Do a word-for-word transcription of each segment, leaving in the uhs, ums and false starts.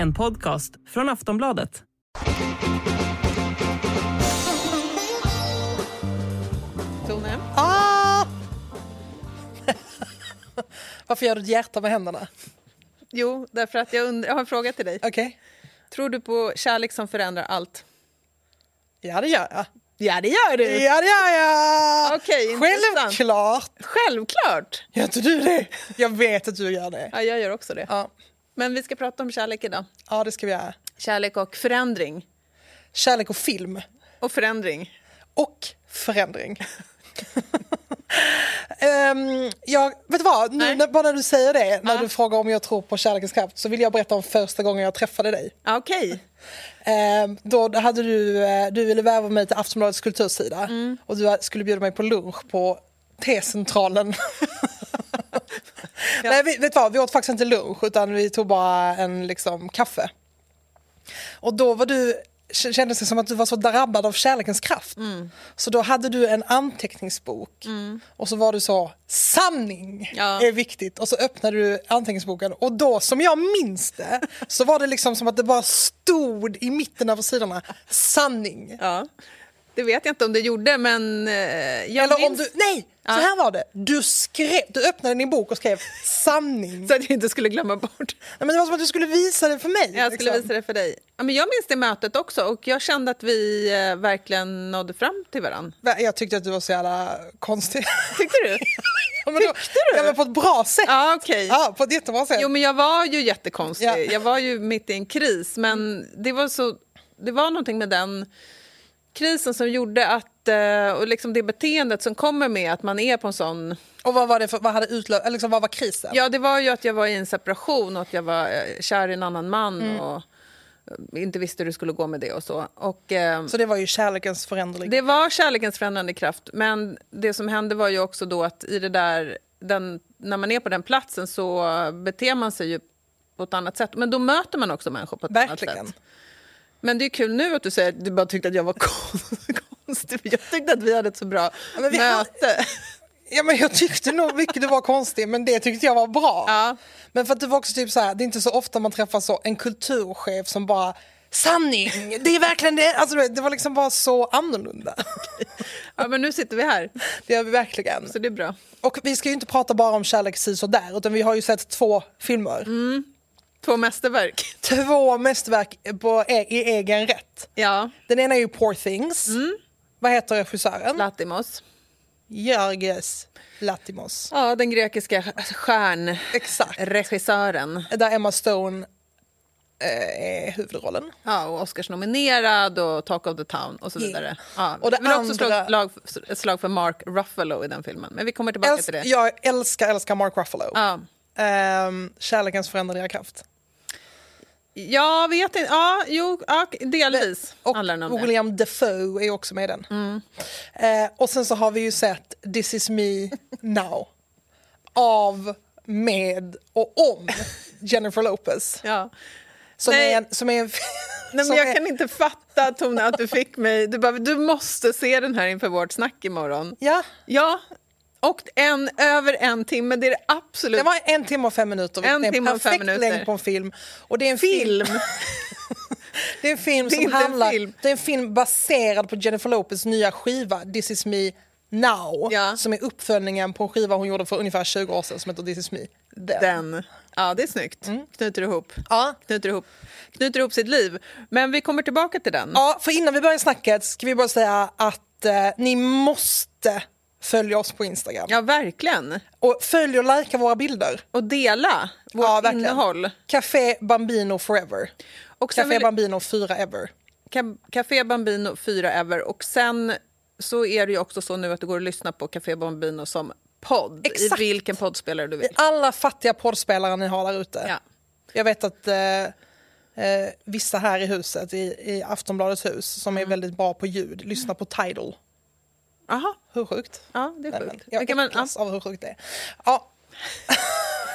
En podcast från Aftonbladet. Tone? Ah! Varför gör du ett hjärta med händerna? Jo, därför att jag, und- jag har en fråga till dig. Okej. Okay. Tror du på kärlek som förändrar allt? Ja, det gör jag. Ja, det gör du. Ja, det gör jag. Okej, intressant. Självklart. Självklart. Gör inte du det? Jag vet att du gör det. Ja, jag gör också det. Ja, Men vi ska prata om kärlek idag. ja det ska vi göra. Kärlek och förändring. Kärlek och film. Och förändring. Och förändring. um, jag, vet du vad? Nu, när, bara när du säger det, när Ja. du frågar om jag tror på kärlekens kraft, så vill jag berätta om första gången jag träffade dig. Ja, okej. Um, då hade du, uh, du ville värva mig till Aftonbladets kultursida. Mm. Och du skulle bjuda mig på lunch på T-centralen. Ja. Nej, vet du vad? Vi åt faktiskt inte lunch, utan vi tog bara en liksom, kaffe. Och då var du... kändes det som att du var så drabbad av kärlekens kraft. Mm. Så då hade du en anteckningsbok. Mm. Och så var du så, sanning ja. är viktigt. Och så öppnade du anteckningsboken. Och då, som jag minns det, så var det liksom som att det bara stod i mitten av sidorna, sanning. Ja, det vet jag inte om det gjorde, men... Eh, jag Eller minns... om du, nej, ja. så här var det. Du skrev, du öppnade din bok och skrev sanning. Så att jag inte skulle glömma bort. Nej, men det var som att du skulle visa det för mig. Jag skulle liksom. visa det för dig. Ja, men jag minns det mötet också, och jag kände att vi eh, verkligen nådde fram till varandra. Jag tyckte att du var så jävla konstig. Tyckte du? Ja, men då, Tyckte du? Ja, men på ett bra sätt. Ja, okej. Ja, på ett jättebra sätt. Jo, men jag var ju jättekonstig. Ja. Jag var ju mitt i en kris, men det var så, det var någonting med den krisen som gjorde att, och liksom det beteendet som kommer med att man är på en sån... Och vad var det för, vad hade utlö- liksom, vad var krisen? Ja, det var ju att jag var i en separation och att jag var kär i en annan man mm. och inte visste hur det skulle gå med det och så. Och, eh, så det var ju kärlekens förändring. Det var kärlekens förändrande kraft, men det som hände var ju också då att i det där, den, när man är på den platsen så beter man sig ju på ett annat sätt. Men då möter man också människor på ett Verkligen. annat sätt. Men det är kul nu att du säger att du bara tyckte att jag var konstig. Jag tyckte att vi hade ett så bra ja, men vi möte. Har... Ja, men jag tyckte nog mycket du var konstig, men det tyckte jag var bra. Ja. Men för att det var också typ så här, det är inte så ofta man träffar så en kulturchef som bara sanning, det är verkligen det. Alltså, det var liksom bara så annorlunda. Ja, men nu sitter vi här. Det gör vi verkligen. Så det är bra. Och vi ska ju inte prata bara om kärlek så där, utan vi har ju sett två filmer. Mm. Två mästerverk. Två mästerverk på, i egen rätt. Ja. Den ena är ju Poor Things. Mm. Vad heter regissören? Lanthimos. Yorgos Lanthimos. Ja, den grekiska stjärnregissören. Där Emma Stone är huvudrollen. Ja, och Oscars-nominerad och Talk of the Town och så vidare. Yeah. Ja. Och det men andra... också slag, slag, ett slag för Mark Ruffalo i den filmen. Men vi kommer tillbaka Älsk... till det. Jag älskar, älskar Mark Ruffalo. Ja. Um, kärlekens förändringar kraft. Jag vet inte. Ja, jo, ja, delvis och handlar det om William det. Dafoe är också med i den. Mm. Uh, och sen så har vi ju sett This is me now. Av, med och om Jennifer Lopez. Ja. Som Nej. är en... Som är en Nej, men jag är... kan inte fatta, Tone, att du fick mig... Du, bara, du måste se den här inför vårt snack imorgon. Ja. Ja. Och en, över en timme, det är det absolut... Det var en timme och fem minuter. En det är en timme och perfekt fem minuter. längd på en film. Och det är en film. film. Det är en film det är som handlar... Film. Det är en film baserad på Jennifer Lopez nya skiva This is me now. Ja. Som är uppföljningen på en skiva hon gjorde för ungefär tjugo år sedan som heter This is me. Den. Den. Ja, det är snyggt. Mm. Knyter ihop. Ja. Knyter ihop. Knyter ihop sitt liv. Men vi kommer tillbaka till den. Ja, för innan vi börjar snacket ska vi bara säga att eh, ni måste följa oss på Instagram. Ja, verkligen. Och följ och likea våra bilder. Och dela vårt ja, innehåll. Café Bambino forever. Och Café vill... Bambino fyra ever. Café Bambino fyra ever. Och sen så är det ju också så nu att du går och lyssnar på Café Bambino som podd. Exakt. I vilken poddspelare du vill. I alla fattiga poddspelare ni har där ute. Ja. Jag vet att eh, eh, vissa här i huset, i, i Aftonbladets hus, som mm. är väldigt bra på ljud, lyssnar på Tidal. Aha. Hur sjukt? Ja, det är sjukt. Jag kan man, äcklas ja. av hur sjukt det är. Ja.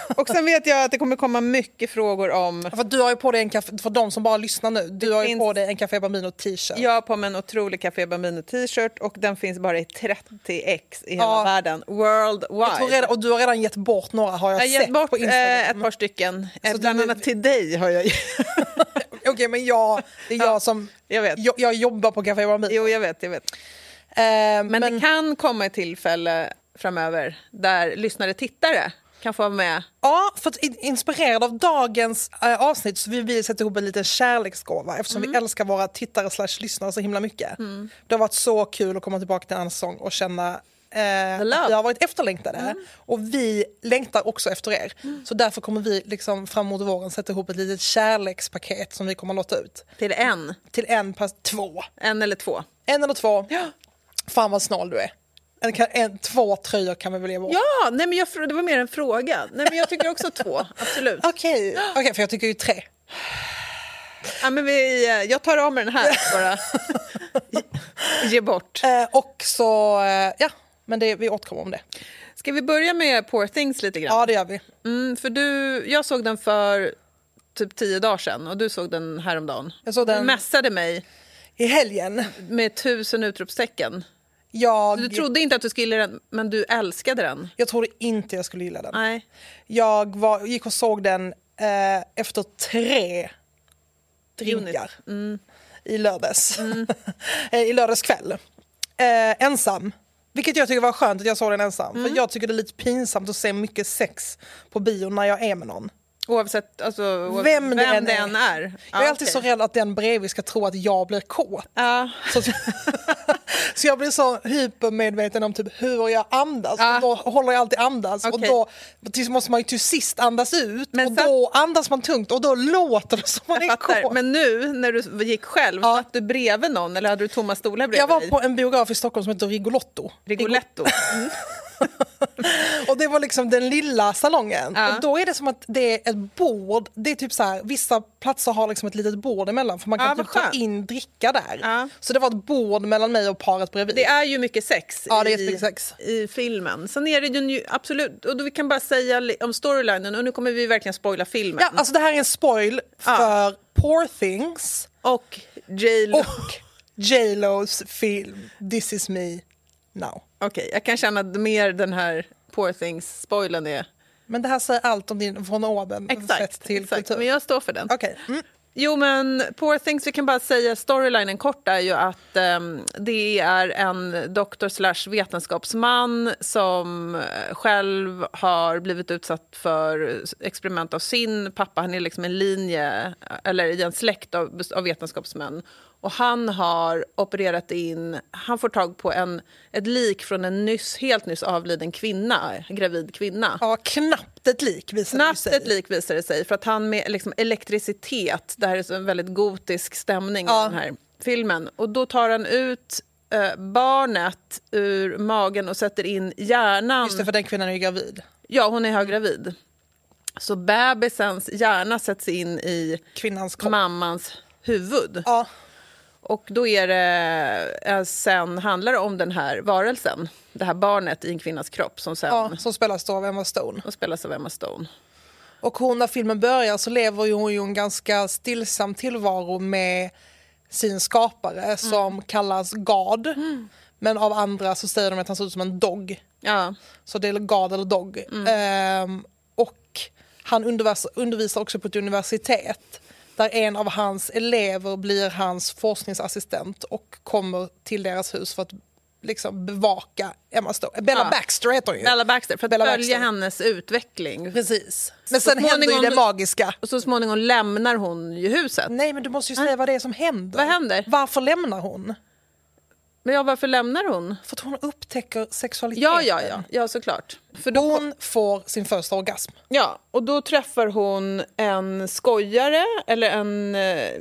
Och sen vet jag att det kommer komma mycket frågor om... För du har ju på dig en kaffe, för de som bara lyssnar nu, du det har ju finns... på dig en Café Bambino t-shirt. Jag har på mig en otrolig Café Bambino t-shirt och den finns bara i trettio ex i hela ja. världen. Worldwide. Jag tror redan, och du har redan gett bort några, har jag, jag har sett gett bort på Instagram. Eh, ett par stycken. Så Bland du... annat till dig har jag Okej, okay, men jag, det är jag ja, som... Jag, vet. Jag, jag jobbar på Café Bambino. Jo, jag vet, jag vet. Eh, men, men det kan komma ett tillfälle framöver där lyssnare, tittare kan få vara med. Ja, för att inspirerad av dagens äh, avsnitt så vill vi sätta ihop en liten kärleksgåva eftersom mm. vi älskar våra tittare slash lyssnare så himla mycket. Mm. Det har varit så kul att komma tillbaka till en säsong och känna eh, att vi har varit efterlängtade. Mm. Och vi längtar också efter er. Mm. Så därför kommer vi liksom fram mot våren sätta ihop ett litet kärlekspaket som vi kommer att låta ut. Till en? Till en, pass två. En eller två? En eller två. Ja. Fan vad snål du är. En, en, två tröjor kan vi väl ge bort. Ja, nej men jag, det var mer en fråga. Nej men jag tycker också två, absolut. Okej, okay. okay, för jag tycker ju tre. Ja, men vi, jag tar av med den här bara. ge, ge bort. Eh, och så, eh, ja, men det, vi återkommer om det. Ska vi börja med Poor Things lite grann? Ja, det gör vi. Mm, för du, jag såg den för typ tio dagar sedan och du såg den häromdagen. Jag såg den... Du mässade mig. I helgen. Med tusen utropstecken. Jag... Du trodde inte att du skulle gilla den, men du älskade den. Jag trodde inte jag skulle gilla den. Nej. Jag var, gick och såg den eh, efter tre drinkar mm. i lördags. Mm. I lördags kväll. Eh, ensam. Vilket jag tycker var skönt att jag såg den ensam. Mm. För jag tycker det är lite pinsamt att se mycket sex på bio när jag är med någon. Oavsett, alltså, oavsett vem, vem det än är. är. Jag är ah, alltid okay. så rädd att den bredvid ska tro att jag blir kåt. Ah. Så, så jag blir så hypermedveten om typ hur jag andas. Ah. Och då håller jag alltid andas. Okay. Och då måste man ju till sist andas ut. Men och så... då andas man tungt och då låter det som man är kåt. Men nu när du gick själv, ah. satt du bredvid någon eller hade du tomma stolar bredvid? Jag var på en biograf i Stockholm som heter Rigolotto. Rigoletto. Mm. Och det var liksom den lilla salongen. Ja. Och då är det som att det är ett bord. Det är typ så här, vissa platser har liksom ett litet bord emellan för man kan ja, typ ta in dricka där. Ja. Så det var ett bord mellan mig och paret bredvid. Det är ju mycket sex, ja, det är i, mycket sex i filmen. Sen är det ju absolut, och då vi kan bara säga om storylinen och nu kommer vi verkligen spoila filmen. Ja, alltså det här är en spoil för ja. Poor Things och J-Lo. Och J-Los film This Is Me Now. Okej, okay, jag kan känna att mer den här Poor Things-spoilen är... Men det här säger allt om din från oben. Exakt, till exakt. Men jag står för den. Okej. Okay. Mm. Jo, men Poor Things, vi kan bara säga storylinen kort är ju att um, det är en doktor slash vetenskapsman som själv har blivit utsatt för experiment av sin pappa. Han är liksom en linje, eller i en släkt av, av vetenskapsmän. Och han har opererat in, han får tag på en, ett lik från en nyss, helt nyss avliden kvinna, en gravid kvinna. Ja, knappt ett lik visar knappt det sig. ett lik visar det sig, för att han med liksom elektricitet, det här är en väldigt gotisk stämning ja. i den här filmen. Och då tar han ut eh, barnet ur magen och sätter in hjärnan. Just det, för den kvinnan är ju gravid. Ja, hon är höggravid. Så bebisens hjärna sätts in i kvinnans kropp. Mammans huvud. Ja. Och då är det, sen handlar det om den här varelsen, det här barnet i en kvinnas kropp som sen... Ja, som spelas då av Emma Stone. Och spelas av Emma Stone. Och hon, när filmen börjar så lever ju hon ju en ganska stillsam tillvaro med sin skapare mm. som kallas God. Mm. Men av andra så säger de att han ser ut som en dog. Ja. Så det är God eller dog. Mm. Ehm, och han undervisar, undervisar också på ett universitet. Där en av hans elever blir hans forskningsassistent och kommer till deras hus för att liksom bevaka Emma Stone. Bella ja. Baxter heter hon ju. Bella Baxter, för att Bella följa Baxter. hennes utveckling. Precis. Men så sen händer ju det magiska. Och så småningom lämnar hon ju huset. Nej, men du måste ju säga ah. vad det är som händer. Vad händer? Varför lämnar hon? Men ja, varför lämnar hon? För att hon upptäcker sexualiteten. Ja, ja, ja, ja såklart. För då... Hon får sin första orgasm. Ja, och då träffar hon en skojare eller en,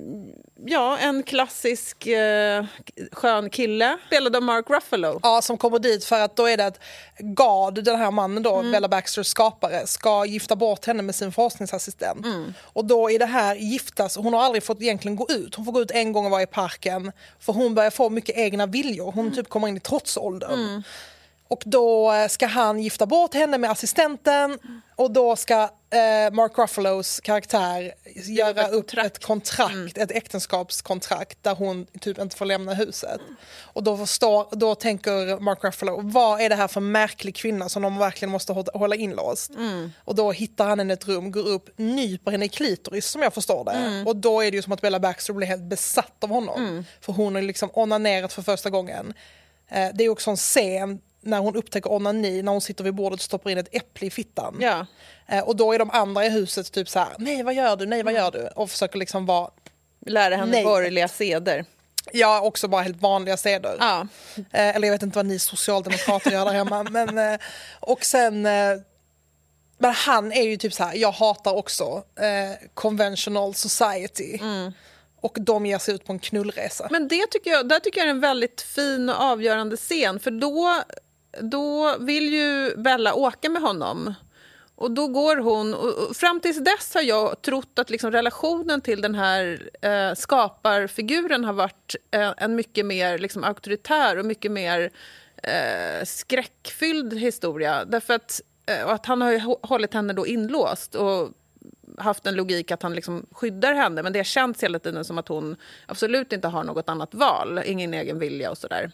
ja, en klassisk eh, skön kille spelad av Mark Ruffalo. Ja, som kommer dit för att då är det att God, den här mannen då, mm. Bella Baxters skapare, ska gifta bort henne med sin forskningsassistent. Mm. Och då är det här giftas, hon har aldrig fått egentligen gå ut. Hon får gå ut en gång och vara i parken för hon börjar få mycket egna viljor. Hon mm. typ kommer in i trotsåldern. Mm. Och då ska han gifta bort henne med assistenten och då ska eh, Mark Ruffalos karaktär göra ett upp kontrakt. ett kontrakt, mm. ett äktenskapskontrakt där hon typ inte får lämna huset. Och då, förstår, då tänker Mark Ruffalo, vad är det här för märklig kvinna som de verkligen måste hålla inlåst? Mm. Och då hittar han henne i ett rum, går upp, nyper henne i klitoris som jag förstår det. Mm. Och då är det ju som att Bella Baxter blir helt besatt av honom. Mm. För hon har liksom onanerat för första gången. Eh, det är också en scen när hon upptäcker onani, när hon sitter vid bordet och stoppar in ett äpple i fittan. Ja. Eh, och då är de andra i huset typ så här: nej vad gör du, nej vad gör du? Och försöker liksom vara... Lära henne borgerliga seder. Ja, också bara helt vanliga seder. Ja. Eh, eller jag vet inte vad ni socialdemokrater gör där hemma. Men, eh, och sen... Eh, men han är ju typ så här, jag hatar också eh, conventional society. Mm. Och de ger sig ut på en knullresa. Men det tycker jag, där tycker jag är en väldigt fin och avgörande scen. För då, då vill ju Bella åka med honom. Och då går hon... Och fram tills dess har jag trott att liksom relationen till den här eh, skaparfiguren har varit eh, en mycket mer liksom, auktoritär och mycket mer eh, skräckfylld historia. Därför att, eh, att han har ju hållit henne då inlåst och haft en logik att han liksom skyddar henne. Men det känns hela tiden som att hon absolut inte har något annat val. Ingen egen vilja och sådär.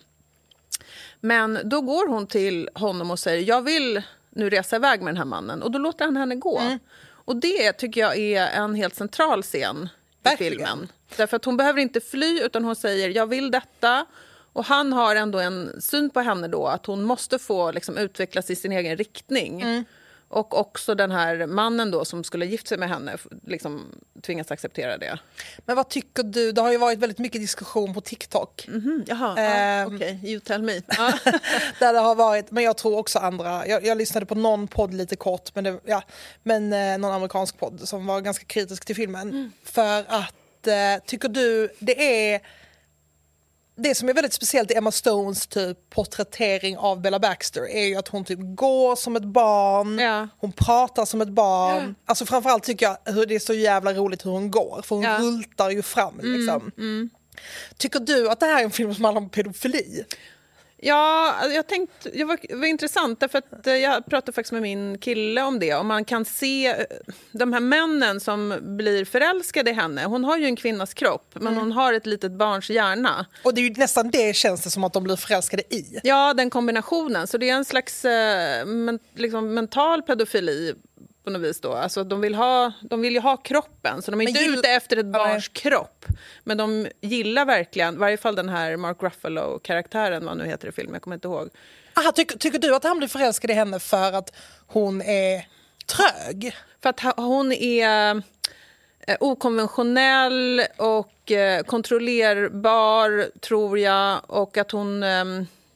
Men då går hon till honom och säger, jag vill nu resa iväg med den här mannen. Och då låter han henne gå. Mm. Och det tycker jag är en helt central scen i Verkligen. filmen. Därför att hon behöver inte fly utan hon säger, jag vill detta. Och han har ändå en syn på henne då, att hon måste få liksom, utvecklas i sin egen riktning. Mm. Och också den här mannen då som skulle gift sig med henne liksom tvingas acceptera det. Men vad tycker du? Det har ju varit väldigt mycket diskussion på TikTok. Mm-hmm. Jaha, eh, okej. Okay. You tell me. Där det har varit, men jag tror också andra. Jag, jag lyssnade på någon podd lite kort, men, det, ja, men eh, någon amerikansk podd som var ganska kritisk till filmen. Mm. För att, eh, tycker du, det är... Det som är väldigt speciellt i Emma Stones typ porträttering av Bella Baxter är ju att hon typ går som ett barn, ja. Hon pratar som ett barn. Ja. Alltså framförallt tycker jag hur det är så jävla roligt hur hon går, för hon ja. rultar ju fram liksom. Mm, mm. Tycker du att det här är en film som handlar om pedofili? Ja, jag tänkte, det var, det var intressant därför att jag pratade faktiskt med min kille om det. Och man kan se de här männen som blir förälskade i henne. Hon har ju en kvinnas kropp, men mm. hon har ett litet barns hjärna. Och det är ju nästan det känns det som att de blir förälskade i. Ja, den kombinationen. Så det är en slags eh, men, liksom mental pedofili på något vis då. Alltså de vill ha, de vill ju ha kroppen, så de är men inte gill... ute efter ett barns ja. kropp. Men de gillar verkligen, i varje fall den här Mark Ruffalo-karaktären, vad nu heter i filmen, jag kommer inte ihåg. Aha, tycker, tycker du att han blir förälskad i henne för att hon är trög? För att hon är eh, okonventionell och eh, kontrollerbar, tror jag. Och att hon, eh,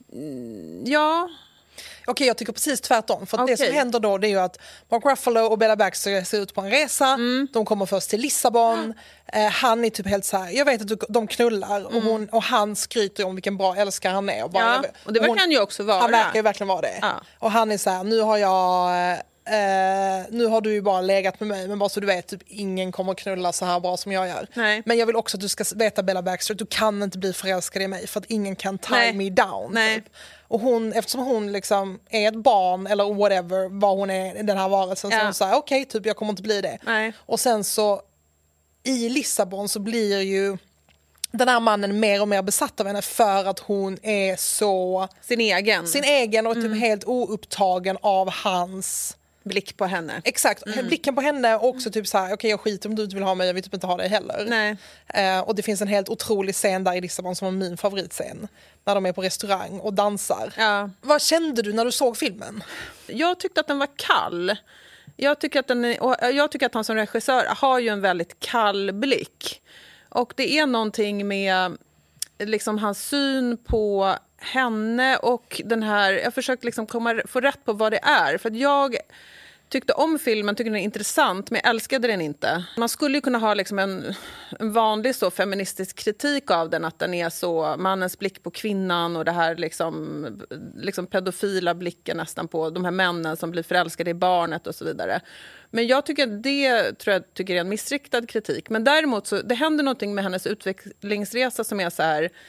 ja... Okej, jag tycker precis tvärtom. För okay. det som händer då det är ju att Mark Ruffalo och Bella Baxter ser ut på en resa. Mm. De kommer först till Lissabon. Eh, han är typ helt så här, jag vet att de knullar. Mm. Och, hon, och han skryter om vilken bra älskare han är. Och, bara, ja, och det verkar han ju också vara. Han verkar ju verkligen vara det. Ja. Och han är så här, nu har jag... Uh, nu har du ju bara legat med mig, men bara så du vet, typ, ingen kommer knulla så här bra som jag gör. Nej. Men jag vill också att du ska veta, Bella Baxter, att du kan inte bli förälskad i mig för att ingen kan tie Nej. me down. Nej. Typ. Och hon, eftersom hon liksom är ett barn eller whatever, vad hon är, den här varelsen, ja. så hon säger okej, okay, typ jag kommer inte bli det. Nej. Och sen så i Lissabon så blir ju den här mannen mer och mer besatt av henne för att hon är så... Sin egen. Sin egen och typ mm. helt oupptagen av hans... blick på henne. Exakt, mm. blicken på henne och också typ så här, okej okay, jag skiter om du inte vill ha mig, jag vill typ inte ha dig heller. Nej. Uh, och det finns en helt otrolig scen där i Lissabon som var min favoritscen. När de är på restaurang och dansar. Ja. Vad kände du när du såg filmen? Jag tyckte att den var kall. Jag tycker att, den är, och jag tycker att han som regissör har ju en väldigt kall blick. Och det är någonting med liksom hans syn på henne och den här... Jag försökte liksom komma, få rätt på vad det är. För att jag tyckte om filmen, tyckte den är intressant, men jag älskade den inte. Man skulle ju kunna ha liksom en, en vanlig så feministisk kritik av den, att den är så mannens blick på kvinnan och det här liksom, liksom pedofila blicken nästan på de här männen som blir förälskade i barnet och så vidare. Men jag tycker det tror jag tycker är en missriktad kritik. Men däremot så det händer någonting med hennes utvecklingsresa som är så här...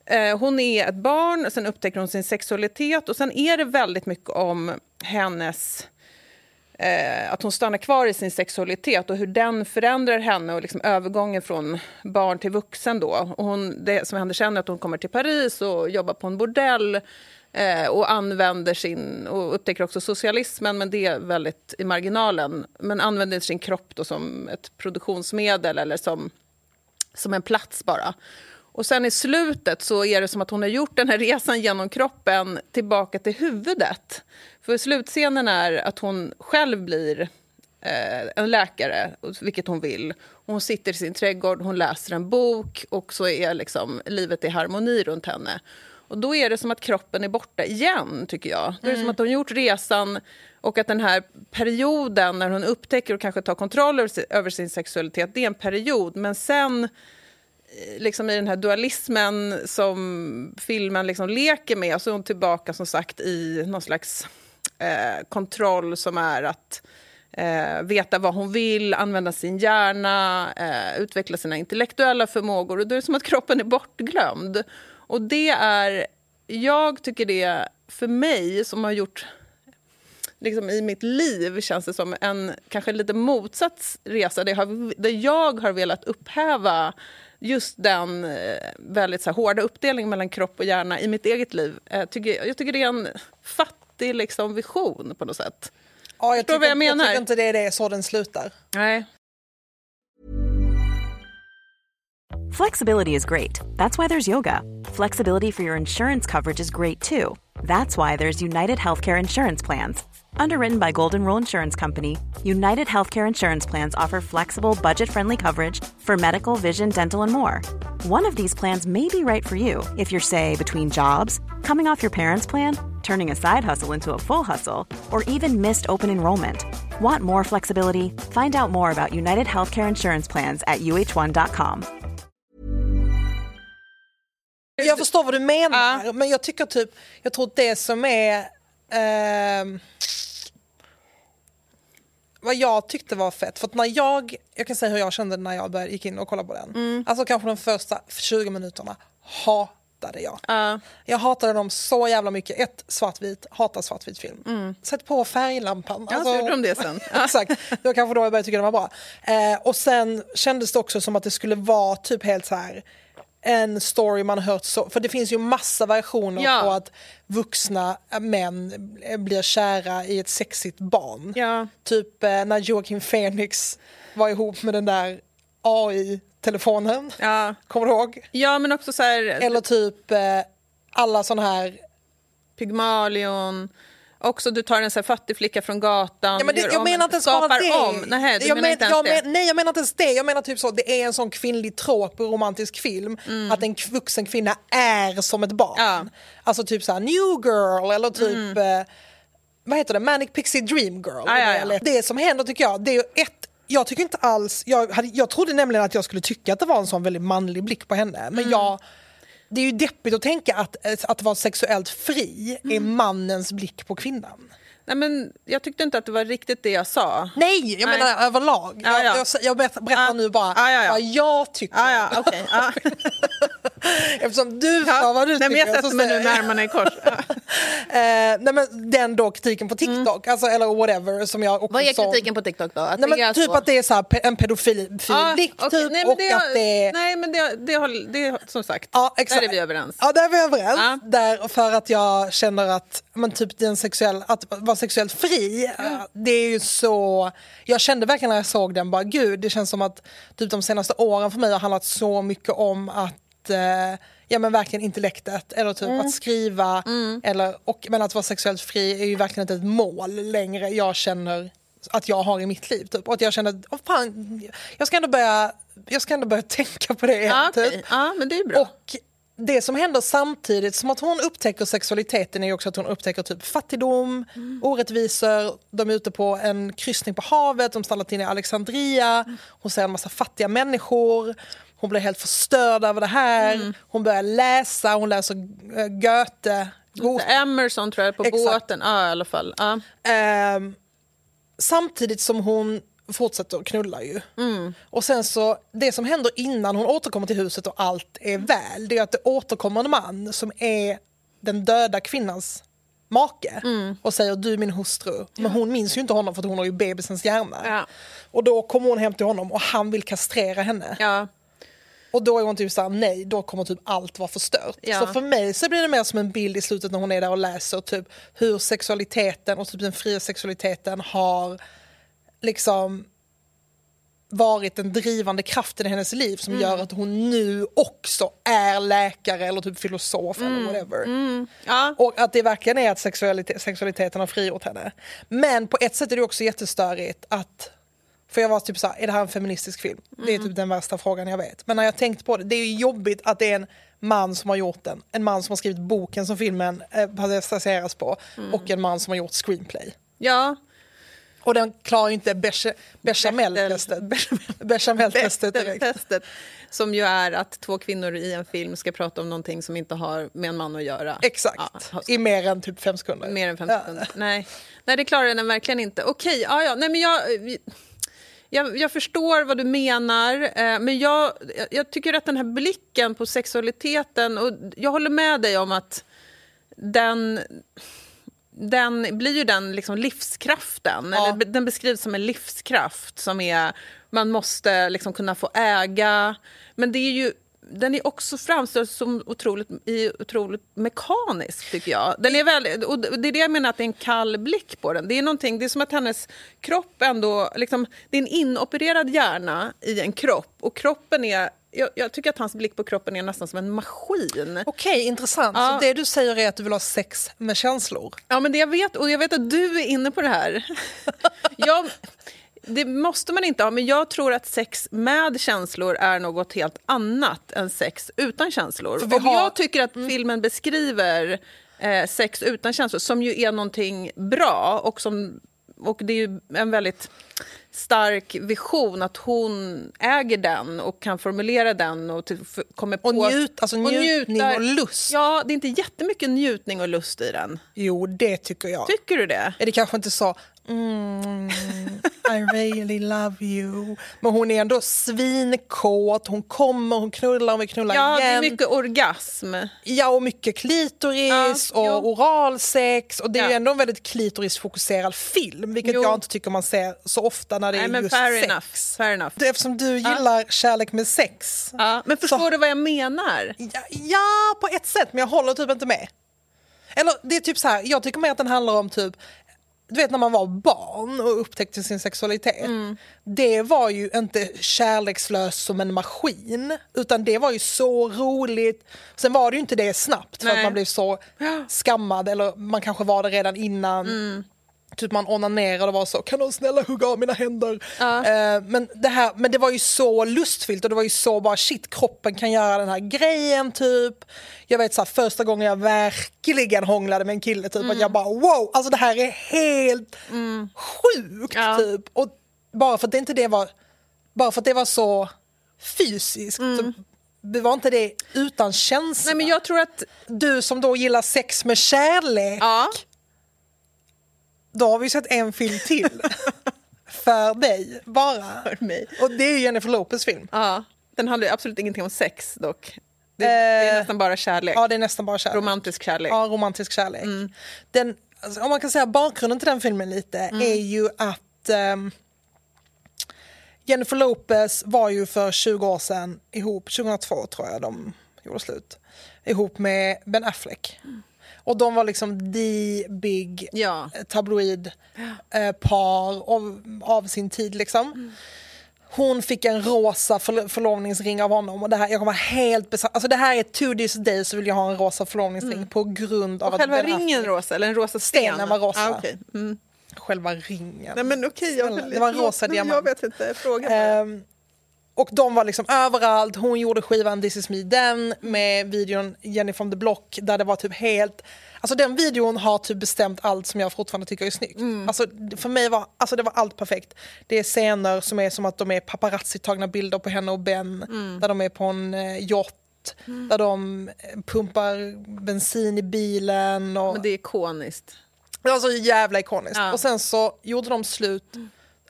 eh, hon är ett barn, sen upptäcker hon sin sexualitet och sen är det väldigt mycket om hennes... Eh, att hon stannar kvar i sin sexualitet och hur den förändrar henne och liksom övergången från barn till vuxen då. Och hon, det som händer sen är att hon kommer till Paris och jobbar på en bordell eh, och använder sin, och upptäcker också socialismen, men det är väldigt i marginalen, men använder sin kropp då som ett produktionsmedel eller som, som en plats bara. Och sen i slutet så är det som att hon har gjort den här resan genom kroppen tillbaka till huvudet. För slutscenen är att hon själv blir eh, en läkare, vilket hon vill. Hon sitter i sin trädgård, hon läser en bok och så är liksom livet i harmoni runt henne. Och då är det som att kroppen är borta igen, tycker jag. Det är mm. som att hon gjort resan och att den här perioden när hon upptäcker och kanske tar kontroll över sin sexualitet, det är en period. Men sen... liksom i den här dualismen som filmen liksom leker med, så är hon tillbaka som sagt i någon slags eh, kontroll som är att eh, veta vad hon vill, använda sin hjärna, eh, utveckla sina intellektuella förmågor, och då är det som att kroppen är bortglömd. Och det är, jag tycker det för mig som har gjort liksom i mitt liv, känns det som en kanske lite motsatt resa där, har, där jag har velat upphäva just den eh, väldigt så här, hårda uppdelningen mellan kropp och hjärna i mitt eget liv. Eh, tycker, jag tycker det är en fattig liksom, vision på något sätt. Ja, jag, tycker, vad jag, menar? jag tycker inte det är det så den slutar. Nej. Flexibility is great. That's why there's yoga. Flexibility for your insurance coverage is great too. That's why there's United Healthcare Insurance Plans. Underwritten by Golden Rule Insurance Company, United Healthcare Insurance Plans offer flexible, budget-friendly coverage for medical, vision, dental, and more. One of these plans may be right for you if you're, say, between jobs, coming off your parents' plan, turning a side hustle into a full hustle, or even missed open enrollment. Want more flexibility? Find out more about United Healthcare Insurance Plans at u h one dot com. Jag förstår vad du menar, uh. men jag tycker typ, jag tror det som är eh, vad jag tyckte var fett, för att när jag, jag kan säga hur jag kände när jag började, gick in och kollade på den. Mm. Alltså kanske de första tjugo minuterna hatade jag. Uh. Jag hatade dem så jävla mycket. Ett, svartvit, hatar svartvit film. Mm. Sätt på färglampan. Ja, alltså, så gjorde de det sen. Exakt, det var kanske då jag började tycka det var bra. Eh, och sen kändes det också som att det skulle vara typ helt så här en story man har hört så, för det finns ju massa versioner ja. på att vuxna män blir kära i ett sexigt barn. Ja. Typ eh, när Joaquin Phoenix var ihop med den där A I-telefonen. Ja. Kommer du ihåg? Ja, men också så här... Eller typ eh, alla sån här... Pygmalion... Också du tar en så här fattig flicka från gatan. Ja, men det, jag om, menar inte ens bara det. Om. Nej, du jag menar men, inte ens jag det. Men, nej, jag menar inte ens det. Jag menar typ så, det är en sån kvinnlig tråp i romantisk film. Mm. Att en vuxen kvinna är som ett barn. Ja. Alltså typ så här New Girl eller typ... Mm. Eh, vad heter det? Manic Pixie Dream Girl. Ja, ja, ja. Det som händer tycker jag, det är ju ett... Jag tycker inte alls... Jag, hade, jag trodde nämligen att jag skulle tycka att det var en sån väldigt manlig blick på henne. Men mm. jag... Det är ju deppigt att tänka att, att vara sexuellt fri mm. är mannens blick på kvinnan. Nej, men jag tyckte inte att det var riktigt det jag sa. Nej, jag Nej. menar överlag. Ja, ja. Jag, jag, jag berättar ah, nu bara ah, ja, ja. vad jag tycker. Ah, ja, okay. ah. Eftersom du sa ja. vad du nej, tycker. Men jag sätter mig nu närmarna i kors. eh, nej, men den då kritiken på TikTok, mm. alltså, eller whatever. Som jag också vad är sa. kritiken på TikTok då? Att nej, men är typ så... att det är så här, en pedofil ah, blick okay. typ. Nej, men och det, att det är... nej, men det, det, har, det är som sagt, ja, exakt. där är vi överens. Ja, där är vi överens. Ah. Där, för att jag känner att, men typ den sexuell, att vara sexuellt fri, mm. det är ju så... Jag kände verkligen när jag såg den, bara gud, det känns som att typ de senaste åren för mig har handlat så mycket om att eh, ja men verkligen intellektet eller typ mm. att skriva mm. eller, och, men att vara sexuellt fri är ju verkligen inte ett mål längre jag känner att jag har i mitt liv typ. Och att jag känner oh, fan, jag ska ändå börja jag ska ändå börja tänka på det ja, typ. Okay. Ja, men det är bra. Och det som händer samtidigt som att hon upptäcker sexualiteten är ju också att hon upptäcker typ fattigdom, mm. orättvisor. De är ute på en kryssning på havet, de stannar till i Alexandria. Hon ser en massa fattiga människor. Hon blir helt förstörd över det här. Mm. Hon börjar läsa, hon läser Goethe. Goethe. Emerson tror jag på Exakt. båten, ja i alla fall. Ja. Um, samtidigt som hon fortsätter att knulla ju. Mm. Och sen så, det som händer innan hon återkommer till huset och allt är väl, det är att det återkommer en man som är den döda kvinnans make mm. och säger du är min hustru. Men hon minns ju inte honom för att hon har ju bebisens hjärna. Ja. Och då kommer hon hem till honom och han vill kastrera henne. Ja. Och då är hon typ såhär, nej, då kommer typ allt vara förstört. Ja. Så för mig så blir det mer som en bild i slutet när hon är där och läser typ hur sexualiteten och typ den fria sexualiteten har liksom varit den drivande kraften i hennes liv som mm. gör att hon nu också är läkare eller typ filosof mm. eller whatever. Mm. Ja. Och att det verkligen är att sexualitet, sexualiteten har frigjort henne. Men på ett sätt är det också jättestörigt att, för jag var typ såhär, är det här en feministisk film? Mm. Det är typ den värsta frågan jag vet. Men när jag tänkt på det, det är ju jobbigt att det är en man som har gjort den. En man som har skrivit boken som filmen eh, baseras på mm. och en man som har gjort screenplay. Ja. Och den klarar ju inte bechamel-testet. Bechamel-testet direkt. Som ju är att två kvinnor i en film ska prata om någonting som inte har med en man att göra. Exakt. Ja. I mer än typ fem sekunder. Mer än fem sekunder. Ja. Nej. Nej, det klarar den verkligen inte. Okej, ja, ja. Nej, men jag, jag, jag förstår vad du menar. Men jag, jag tycker att den här blicken på sexualiteten, och jag håller med dig om att den... den blir ju den liksom livskraften, ja. Eller den beskrivs som en livskraft som är, man måste liksom kunna få äga, men det är ju, den är också framställd som otroligt, otroligt mekanisk tycker jag. Den är väl, och det är det jag menar, att det är en kall blick på den. Det är någonting, det är som att hennes kropp ändå liksom, det är en inopererad hjärna i en kropp, och kroppen är, Jag, jag tycker att hans blick på kroppen är nästan som en maskin. Okej, intressant. Ja. Så det du säger är att du vill ha sex med känslor? Ja, men det jag vet, och jag vet att du är inne på det här. jag, det måste man inte ha, men jag tror att sex med känslor är något helt annat än sex utan känslor. Och har... jag tycker att mm. filmen beskriver eh, sex utan känslor som ju är någonting bra, och, som, och det är ju en väldigt... stark vision att hon äger den och kan formulera den och till, f- kommer på... Och, njut, alltså och njutning njutar. Och lust. Ja, det är inte jättemycket njutning och lust i den. Jo, det tycker jag. Tycker du det? Är det kanske inte så... Mm, I really love you. Men hon är ändå svinkåt. Hon kommer, hon knullar, vi knullar ja, igen. Ja, det är mycket orgasm. Ja, och mycket klitoris ja, och jo. oralsex. Och det är ja. ju ändå en väldigt klitorisfokuserad film, vilket jo. jag inte tycker man ser så ofta när det Nej, är men just fair sex. Enough. Fair enough. Det, eftersom du gillar ja. kärlek med sex. Ja, men förstår så, du vad jag menar? Ja, ja, på ett sätt, men jag håller typ inte med. Eller det är typ så här, jag tycker mer att den handlar om typ, du vet när man var barn och upptäckte sin sexualitet. Mm. Det var ju inte kärlekslös som en maskin, utan det var ju så roligt. Sen var det ju inte det snabbt för Nej. att man blev så skammad, eller man kanske var det redan innan. Mm. Typ man onanerade och var så, kan någon snälla hugga av mina händer? Ja. Uh, men, det här, men det var ju så lustfyllt, och det var ju så bara shit, kroppen kan göra den här grejen typ. Jag vet så här, första gången jag verkligen hånglade med en kille typ, mm. att jag bara wow, alltså det här är helt mm. sjukt ja. typ. Och bara för att det inte det var, bara för att det var så fysiskt mm. så det var inte det utan känsla. Nej, men jag tror att du som då gillar sex med kärlek. Ja. Då har vi sett en film till för dig, bara. För mig. Och det är ju Jennifer Lopez film. Ja, den handlar ju absolut ingenting om sex dock. Det, eh, det är nästan bara kärlek. Ja, det är nästan bara kärlek. Romantisk kärlek. Ja, romantisk kärlek. Mm. Den, alltså, om man kan säga bakgrunden till den filmen lite mm. är ju att um, Jennifer Lopez var ju för tjugo år sedan ihop, tjugohundratvå tror jag de gjorde slut, ihop med Ben Affleck. Mm. Och de var liksom the big ja. tabloid eh, par av, av sin tid liksom. Mm. Hon fick en rosa förlo- förlovningsring av honom, och det här, jag kommer helt besatt. Alltså det här är to this day så vill jag ha en rosa förlovningsring mm. på grund av och att själva ringen haft... rosa eller en rosa sten? Stenen var rosa. Ah, okay. mm. Själva ringen. Nej men okej, okay, jag, det var en rosa diamant. Jag vet inte, frågan um, och de var liksom överallt. Hon gjorde skivan This is me den med videon Jenny from the Block, där det var typ helt, alltså den videon har typ bestämt allt som jag fortfarande tycker är snyggt. Mm. Alltså för mig var, alltså det var allt perfekt. Det är scener som är som att de är paparazzi-tagna bilder på henne och Ben, mm. där de är på en eh, yacht, mm. där de pumpar bensin i bilen. Och... Men det är ikoniskt. Det var så jävla ikoniskt. Ja. Och sen så gjorde de slut. Mm.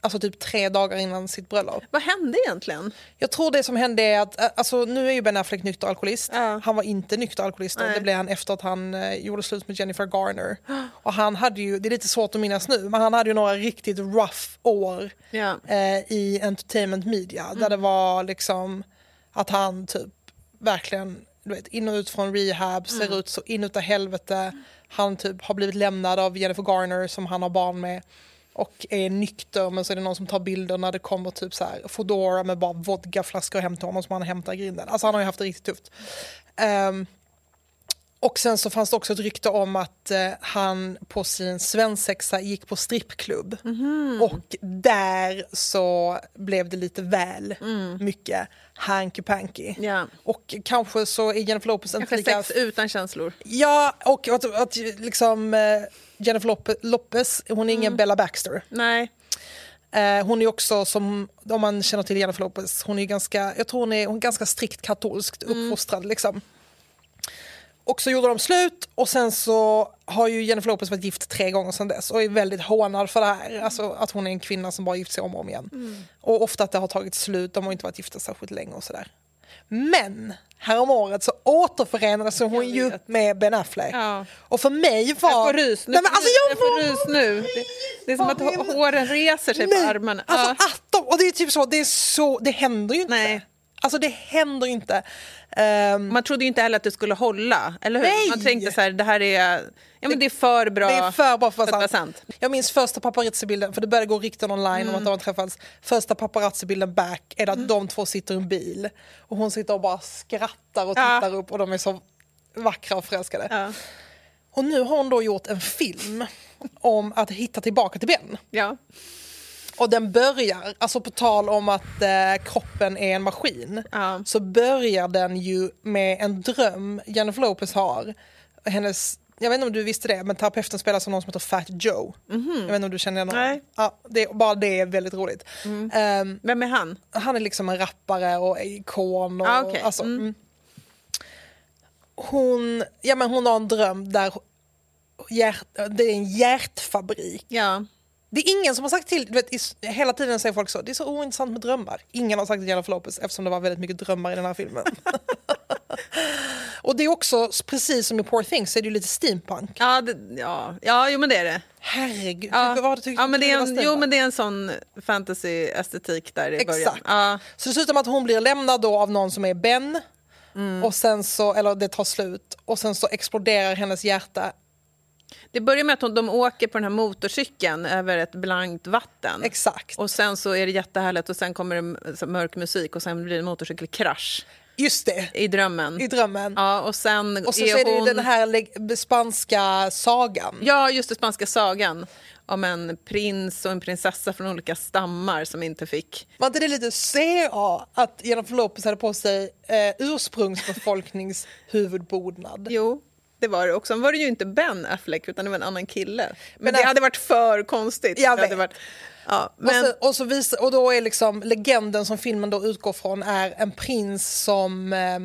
Alltså typ tre dagar innan sitt bröllop. Vad hände egentligen? Jag tror det som hände är att, alltså nu är ju Ben Affleck nykter alkoholist. Ja. Han var inte nykter alkoholist. Det blev han efter att han eh, gjorde slut med Jennifer Garner. Och han hade ju, det är lite svårt att minnas nu, men han hade ju några riktigt rough år Ja. eh, i entertainment media. Mm. Där det var liksom att han typ verkligen, du vet, in och ut från rehab, ser mm. ut så inuti helvete. Han typ har blivit lämnad av Jennifer Garner som han har barn med. Och är nykter, men så är det någon som tar bilder när det kommer typ så här Foodora med bara vodkaflaskor hem till honom som han hämtar i grinden. Alltså han har ju haft det riktigt tufft. Um, och sen så fanns det också ett rykte om att uh, han på sin svensexa gick på strippklubb. Mm. Och där så blev det lite väl mm. mycket hanky-panky. Yeah. Och kanske så är Jennifer Lopez inte lika... sex utan känslor. Ja, och att, att liksom... Uh, Jennifer Lopez, hon är ingen mm. Bella Baxter. Nej. Eh, hon är också, som om man känner till Jennifer Lopez, hon är ganska, jag tror hon är, hon är ganska strikt katolskt uppfostrad mm. liksom. Och så gjorde de slut och sen så har ju Jennifer Lopez varit gift tre gånger sedan dess och är väldigt hånad för det här. Mm. Alltså att hon är en kvinna som bara gift sig om och om igen. Mm. Och ofta att det har tagit slut, de har inte varit gifta särskilt länge och sådär. Men härom året så återförenades hon ju med Ben Affleck. Ja. Och för mig var... Jag får rys nu. Nej, men alltså jag, jag får rys nu. Det, det är som att min... håren reser sig Nej. på armarna. Alltså ja. att de, och det är typ så, det är så, det händer ju inte. Nej. Alltså det händer ju inte. Um, man trodde ju inte heller att det skulle hålla, eller hur? Nej. Man tänkte så här, det här är, ja, men det är för bra, det är för bra för att vara sant. sant. Jag minns första paparazzi-bilden, för det började gå rykten online mm. om att de har träffats. Första paparazzi-bilden back är att mm. de två sitter i en bil och hon sitter och bara skrattar och tittar ja. upp och de är så vackra och förälskade. Ja. Och nu har hon då gjort en film om att hitta tillbaka till Ben. Ja. Och den börjar, alltså på tal om att eh, kroppen är en maskin, ja. så börjar den ju med en dröm Jennifer Lopez har. Hennes, jag vet inte om du visste det, men terapeuten spelar som någon som heter Fat Joe. Mm-hmm. Jag vet inte om du känner honom. Nej. Ja, det, bara det är väldigt roligt. Mm. Um, Vem är han? Han är liksom en rappare och ikon. Och, ah, okay. alltså, mm. mm. Hon, ja, men hon har en dröm där hjärt, det är en hjärtfabrik. Ja. Det är ingen som har sagt till, du vet, hela tiden säger folk så, det är så ointressant med drömmar. Ingen har sagt till Jennifer Lopez eftersom det var väldigt mycket drömmar i den här filmen. Och det är också, precis som i Poor Things, så är det ju lite steampunk. Ja, det, ja. ja jo men det är det. Herregud, ja. vad tyckte ja, men du det är det en, Jo men det är en sån fantasy-estetik där i Exakt. början. Ja. Så det slutar med att hon blir lämnad då av någon som är Ben. Mm. Och sen så, eller det tar slut. Och sen så exploderar hennes hjärta. Det börjar med att de åker på den här motorcykeln över ett blankt vatten. Exakt. Och sen så är det jättehärligt och sen kommer det mörk musik och sen blir det en motorcykelkrasch. Just det. I drömmen. I drömmen. Ja, och sen och så, är, så är det hon... den här spanska sagan. Ja, just det, spanska sagan. Om en prins och en prinsessa från olika stammar som inte fick... Var inte det lite C A att Jennifer Lopez hade på sig eh, ursprungsbefolkningshuvudbonad? Jo. Det var det också. Sen var det ju inte Ben Affleck utan det var en annan kille. Men, men det hade varit för konstigt. Jag det hade varit, ja, men... och, så, och, så vis, och då är liksom legenden som filmen då utgår från är en prins som eh,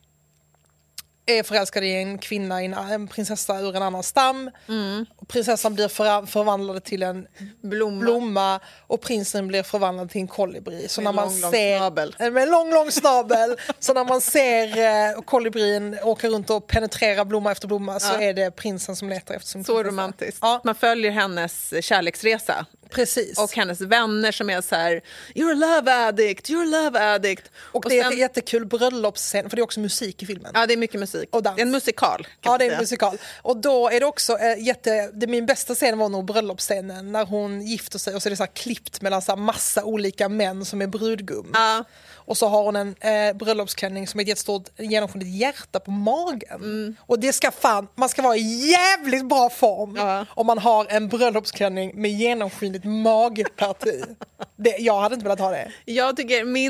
är förälskad i en kvinna, en, en prinsessa ur en annan stam. Mm. Och prinsessan blir för, förvandlad till en blomma. blomma och prinsen blir förvandlad till en kolibri. Så med när en man lång, ser, lång snabel. Med en lång, lång snabel. Så när man ser eh, kolibrin åka runt och penetrera blomma efter blomma ja. så är det prinsen som letar efter sin så prinsessa. Romantiskt. Ja. Man följer hennes kärleksresa. Precis. Och hennes vänner som är så här: you're a love addict, you're a love addict. Och, och det sen... är en jättekul bröllopsscen, för det är också musik i filmen. Ja, det är mycket musik. Och dans. Det är en musikal. Ja, det är en musikal. Och då är det också äh, jätte... Det, min bästa scen var nog bröllopsscenen när hon gifter sig och så är det så här klippt mellan så här massa olika män som är brudgum. Ja. Och så har hon en eh, bröllopsklänning som är ett jättestort genomskinligt hjärta på magen. Mm. Och det ska fan, man ska vara i jävligt bra form ja. om man har en bröllopsklänning med genomskinligt magparti. det, jag hade inte velat ha det. Jag tycker min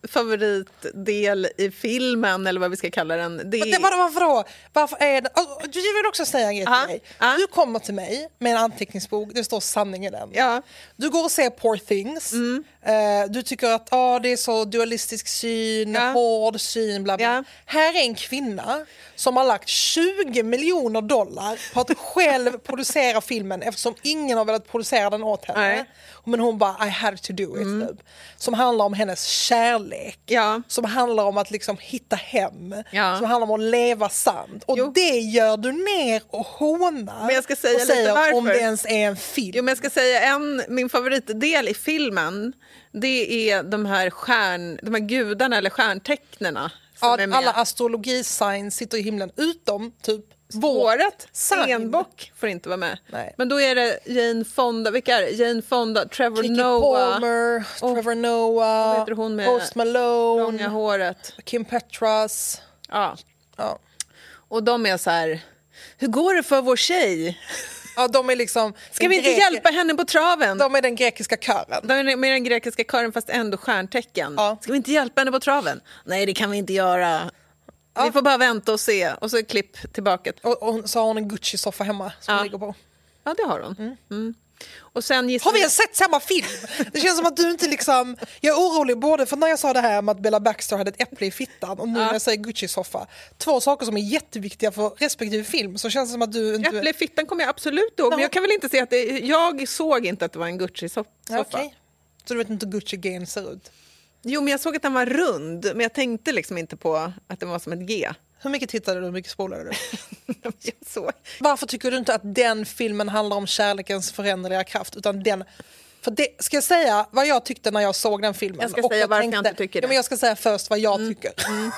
favoritdel i filmen, eller vad vi ska kalla den. Det Men det, varför då? Varför är det? Jag vill också säga en grej till dig. Aha. Du kommer till mig med en anteckningsbok, det står sanning i den. Ja. Du går och ser Poor Things. Mm. Uh, du tycker att ah, det är så dualistisk syn, ja. hård syn, bla bla. Ja. Här är en kvinna som har lagt tjugo miljoner dollar på att själv producera filmen eftersom ingen har velat producera den åt henne. Nej. Men hon bara, I had to do it. Mm. Typ. Som handlar om hennes kärlek. Ja. Som handlar om att liksom hitta hem. Ja. Som handlar om att leva sant. Och jo. det gör du ner och hånar. Men jag ska säga och säger lite varför. Om det ens är en film. Jo, men jag ska säga en, min favoritdel i filmen, det är de här, stjärn, de här gudarna eller stjärntecknarna. Ja, alla astrologisigns sitter i himlen utom typ Vårat Stenbock får inte vara med. Nej. Men då är det Jane Fonda, vilka är det? Jane Fonda, Trevor Kiki Noah, Palmer, Trevor Noah, hon med Post Malone, långa håret, Kim Petras. Ja. ja. Och de är så här, hur går det för vår tjej? Ja, de är liksom Ska vi inte grek... hjälpa henne på traven? De är den grekiska kören. De är med den grekiska kören fast ändå stjärntecken. Ja. Ska vi inte hjälpa henne på traven? Nej, det kan vi inte göra. Ja. Vi får bara vänta och se. Och så klipp tillbaka. Och, och så har hon en Gucci-soffa hemma som ja. hon ligger på. Ja, det har hon. Mm. Mm. Och sen har vi sett samma film? Det känns som att du inte liksom... Jag är orolig både för när jag sa det här med att Bella Baxter hade ett äpple i fittan och nu ja. när jag säger Gucci-soffa. Två saker som är jätteviktiga för respektive film. Så känns det som att du inte... Äpple i fittan kommer jag absolut ihåg. Men jag kan väl inte säga att det... Jag såg inte att det var en Gucci-soffa. Ja, okay. Så du vet inte hur Gucci-G ser ut? Jo, men jag såg att den var rund. Men jag tänkte liksom inte på att den var som ett G. Hur mycket tittade du? Hur mycket spolade du? jag såg. Varför tycker du inte att den filmen handlar om kärlekens föränderliga kraft? Utan den... För det, ska jag säga vad jag tyckte när jag såg den filmen? Jag ska och säga jag varför tänkte, jag inte tycker det. Ja, men jag ska säga först vad jag mm. tycker. Mm.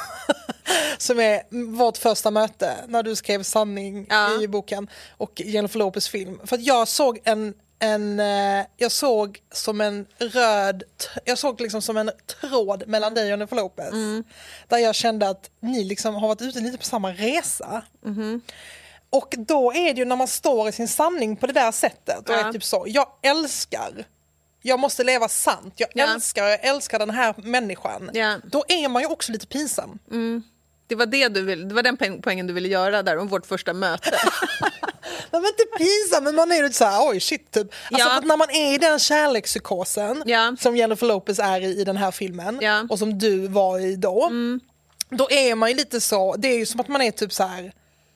Som är vårt första möte när du skrev sanning ja. i boken och Jennifer Lopez film. För att jag såg en... En, jag såg som en röd jag såg liksom som en tråd mellan dig och Jennifer Lopez mm. där jag kände att ni liksom har varit ute lite på samma resa mm. och då är det ju när man står i sin sanning på det där sättet och ja. är typ så, jag älskar jag måste leva sant, jag ja. älskar jag älskar den här människan ja. då är man ju också lite pinsam mm. det var det du vill, det var den poängen du ville göra där om vårt första möte. Man är inte pinsam, men man är ju så här, oj shit typ. Alltså ja. för att när man är i den kärlekspsykosen ja. som Jennifer Lopez är i i den här filmen ja. och som du var i då, mm. då är man ju lite så, det är ju som att man är typ så här.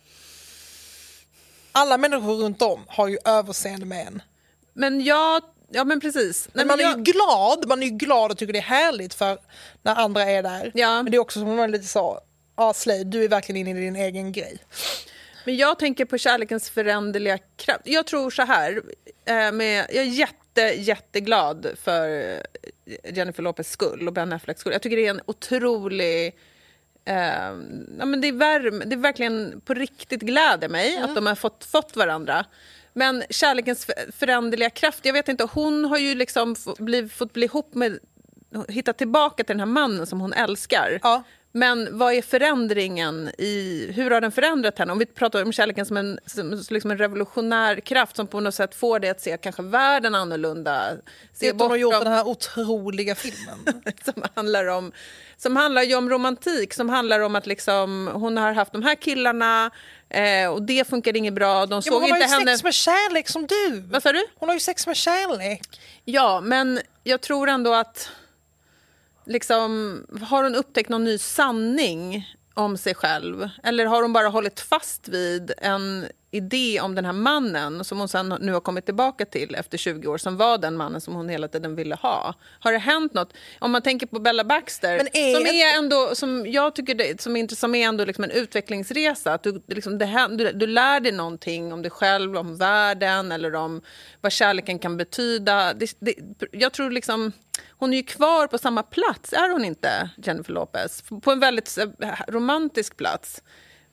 Alla människor runt om har ju överseende med en. Men jag, ja men precis. Men man men jag... är ju glad, man är ju glad och tycker det är härligt för när andra är där. Ja. Men det är också som man är lite så, ja Slade, du är verkligen inne i din egen grej. Men jag tänker på kärlekens föränderliga kraft. Jag tror så här, eh, med, jag är jätte, jätteglad för Jennifer Lopez skull och Ben Afflecks skull. Jag tycker det är en otrolig... Eh, ja, men det, är värme, det är verkligen på riktigt gläder mig mm. att de har fått, fått varandra. Men kärlekens föränderliga kraft, jag vet inte, hon har ju liksom bliv, fått bli ihop med... Hitta tillbaka till den här mannen som hon älskar. Ja. Men vad är förändringen i, hur har den förändrat henne? Om vi pratar om kärleken som en, som, liksom en revolutionär kraft som på något sätt får det att se kanske världen annorlunda. Se det har gjort den här otroliga filmen. som handlar om, som handlar ju om romantik, som handlar om att liksom, hon har haft de här killarna eh, och det funkar inget bra. De såg ja, hon inte har ju henne... sex med kärlek som du. Vad sa du? Hon har ju sex med kärlek. Ja, men jag tror ändå att liksom, har hon upptäckt någon ny sanning om sig själv? Eller har hon bara hållit fast vid en idé om den här mannen som hon sen nu har kommit tillbaka till efter tjugo år, som var den mannen som hon hela tiden ville ha? Har det hänt något? Om man tänker på Bella Baxter, men är som är ändå, som jag tycker det, som, inte, som är ändå liksom en utvecklingsresa, att du, liksom, det, du, du lär dig någonting om dig själv, om världen eller om vad kärleken kan betyda. Det, det, jag tror liksom, hon är ju kvar på samma plats, är hon inte, Jennifer Lopez? På en väldigt romantisk plats.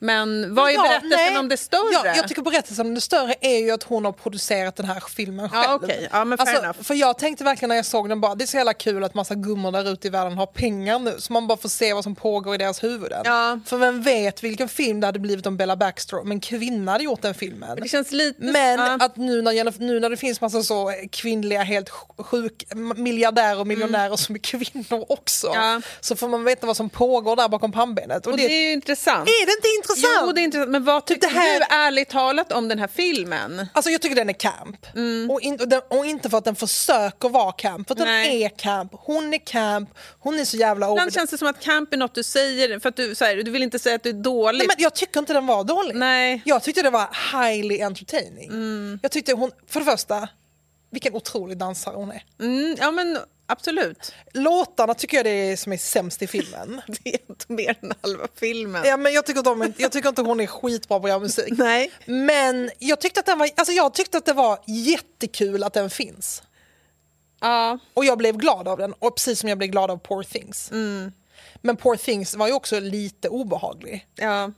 Men vad är Ja, berättelsen nej. om det större? Ja, jag tycker berättelsen om det större är ju att hon har producerat den här filmen själv. Ja, okej. Ja, men fair enough. För jag tänkte verkligen när jag såg den bara, det är så jävla kul att massa gummor där ute i världen har pengar nu. Så man bara får se vad som pågår i deras huvuden. Ja. För vem vet vilken film det hade blivit om Bella Baxter, om en kvinna hade gjort den filmen. Det känns lite... Men ja. att nu när, nu när det finns massa så kvinnliga helt sjuk miljardärer och miljonärer mm. som är kvinnor också, Ja. så får man veta vad som pågår där bakom pannbenet. Och, Och det, det är ju intressant. är det inte intressant? Jo, det är intressant. Men vad tycker det här- du ärligt talat om den här filmen? Alltså jag tycker den är camp. Mm. Och, in, och, den, och inte för att den försöker vara camp, för att den Nej. är camp. Hon är camp, hon är så jävla over. Ibland känns det som att camp är något du säger för att du, så här, du vill inte säga att du är dålig. Nej, men jag tycker inte den var dålig. Nej. Jag tyckte det var highly entertaining. Mm. Jag tyckte hon, för det första, vilken otrolig dansare hon är. Mm, ja men absolut. Låtarna tycker jag det är som är sämst i filmen. Det är inte mer än halva filmen. Ja, men jag, tycker de är, jag tycker inte hon är skitbra på att göra musik. Nej. Men jag tyckte, att den var, alltså jag tyckte att det var jättekul att den finns. Ja. Och jag blev glad av den, och precis som jag blev glad av Poor Things. Mm. Men Poor Things var ju också lite obehaglig. Ja.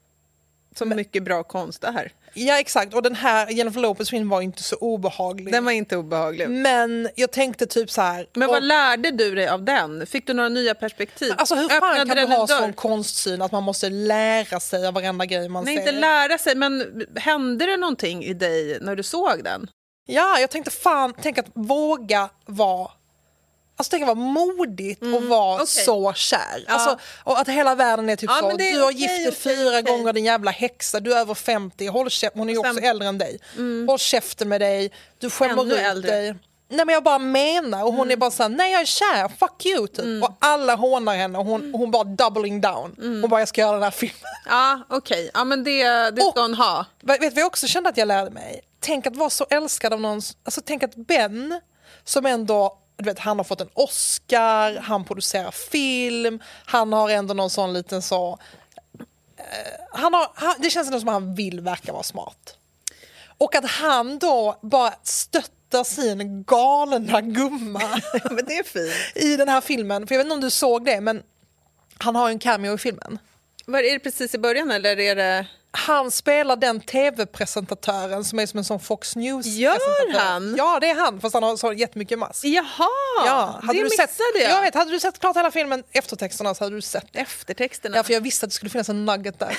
Så mycket bra konst det här. Ja, exakt. Och den här Jennifer Lopez film var inte så obehaglig. Den var inte obehaglig. Men jag tänkte typ så här... Men vad och, lärde du dig av den? Fick du några nya perspektiv? alltså hur fan Öppnade kan du den en ha dörr? sån konstsyn att man måste lära sig av varenda grej man Nej, ser? inte lära sig, men hände det någonting i dig när du såg den? Ja, jag tänkte fan, tänk att våga vara... Alltså tänk att vara modigt och vara okej. så kär. Ja. Alltså, och att hela världen är typ Ja, så. men det är Du har okej, gift dig okej, fyra okej. gånger, din jävla häxa. Du är över femtio. Håll käften. Hon är ju Och sen- också äldre än dig. Håll käften med dig. Du skämmer Ännu ut äldre. dig. Nej, men jag bara menar. Och hon är bara så här, nej jag är kär. Fuck you typ. Och alla hånar henne. Och hon, hon bara doubling down. Hon bara, jag ska göra den här filmen. Ja, okej. Ja, men det, det ska Och- hon ha. Vet du vad jag också kände att jag lärde mig? Tänk att vara så älskad av någon. Alltså tänk att Ben, som ändå, du vet, han har fått en Oscar, han producerar film, han har ändå någon sån liten så... Eh, han har, han, det känns ändå som att han vill verka vara smart. Och att han då bara stöttar sin galna gumma Men det är fint. i den här filmen. För jag vet inte om du såg det, men han har ju en cameo i filmen. Var är det precis i början eller är det... Han spelar den tv-presentatören som är som en sån Fox News. Gör han? Ja, det är han, fast han har så jättemycket mask. Jaha, Ja, det du missade sett, jag. jag vet, hade du sett klart hela filmen, eftertexterna, så hade du sett det. Eftertexterna. Ja, för jag visste att det skulle finnas en nugget där.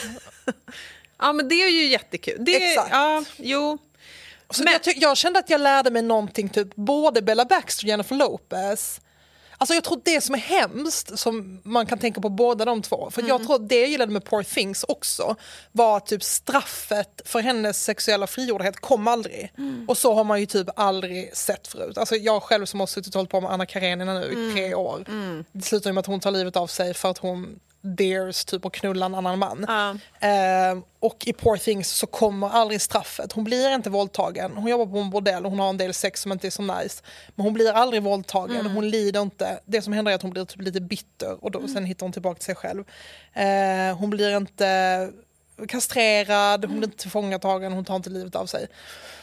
Ja, men det är ju jättekul. Det är, Exakt. Ja, jo. Så Men- jag, ty- jag kände att jag lärde mig någonting, typ både Bella Baxter och Jennifer Lopez. Alltså jag tror det som är hemskt, som man kan tänka på båda de två, för jag tror det jag gillade med Poor Things också var typ straffet för hennes sexuella frigjordhet kom aldrig. Och så har man ju typ aldrig sett förut. Alltså jag själv som har suttit och hållit på med Anna Karenina nu i tre år. Det slutar ju med att hon tar livet av sig för att hon dares typ att knulla en annan man. Ja. Eh, och i Poor Things så kommer aldrig straffet. Hon blir inte våldtagen. Hon jobbar på en bordell och hon har en del sex som inte är så nice. Men hon blir aldrig våldtagen. Mm. Hon lider inte. Det som händer är att hon blir typ lite bitter och då, Mm. sen hittar hon tillbaka till sig själv. Eh, hon blir inte kastrerad, hon blir inte tillfångatagen, hon tar inte livet av sig.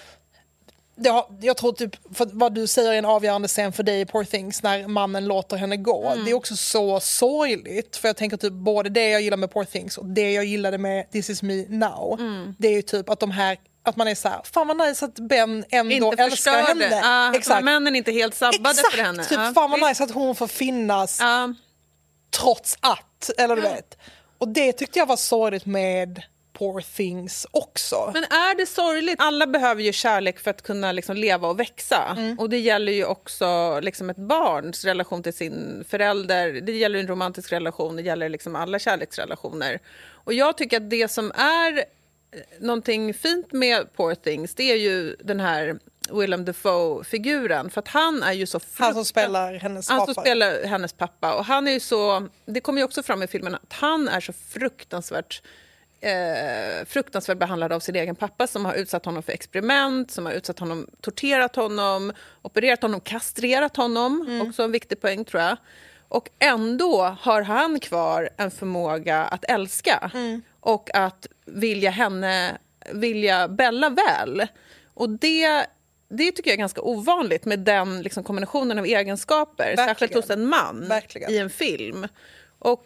Det har, jag tror typ, för vad du säger är en avgörande scen för dig i Poor Things när mannen låter henne gå. Mm. Det är också så sorgligt, för jag tänker typ både det jag gillar med Poor Things och det jag gillade med This Is Me Now. Mm. Det är ju typ att de här, att man är så här, fan vad nice att Ben ändå Inte älskar förstörde. henne. Ja, Exakt. männen är inte helt sabbade Exakt. för henne. Typ, Ja, fan vad visst. nice att hon får finnas Ja. trots att, eller du vet. Och det tyckte jag var sorgligt med Poor Things också. Men är det sorgligt? Alla behöver ju kärlek för att kunna liksom leva och växa. Mm. Och det gäller ju också liksom ett barns relation till sin förälder. Det gäller en romantisk relation, det gäller liksom alla kärleksrelationer. Och jag tycker att det som är någonting fint med Poor Things, det är ju den här Willem Dafoe-figuren. För att han är ju så Han som spelar hennes Han pappa. som spelar hennes pappa. Och han är ju så, det kommer ju också fram i filmen, att han är så fruktansvärt Eh, fruktansvärt behandlad av sin egen pappa som har utsatt honom för experiment, som har utsatt honom, torterat honom, opererat honom, kastrerat honom. Mm. Också en viktig poäng tror jag. Och ändå har han kvar en förmåga att älska Mm. och att vilja henne, vilja Bella väl. Och det, det tycker jag är ganska ovanligt med den liksom, kombinationen av egenskaper, Verkligen. särskilt hos en man Verkligen. i en film. Och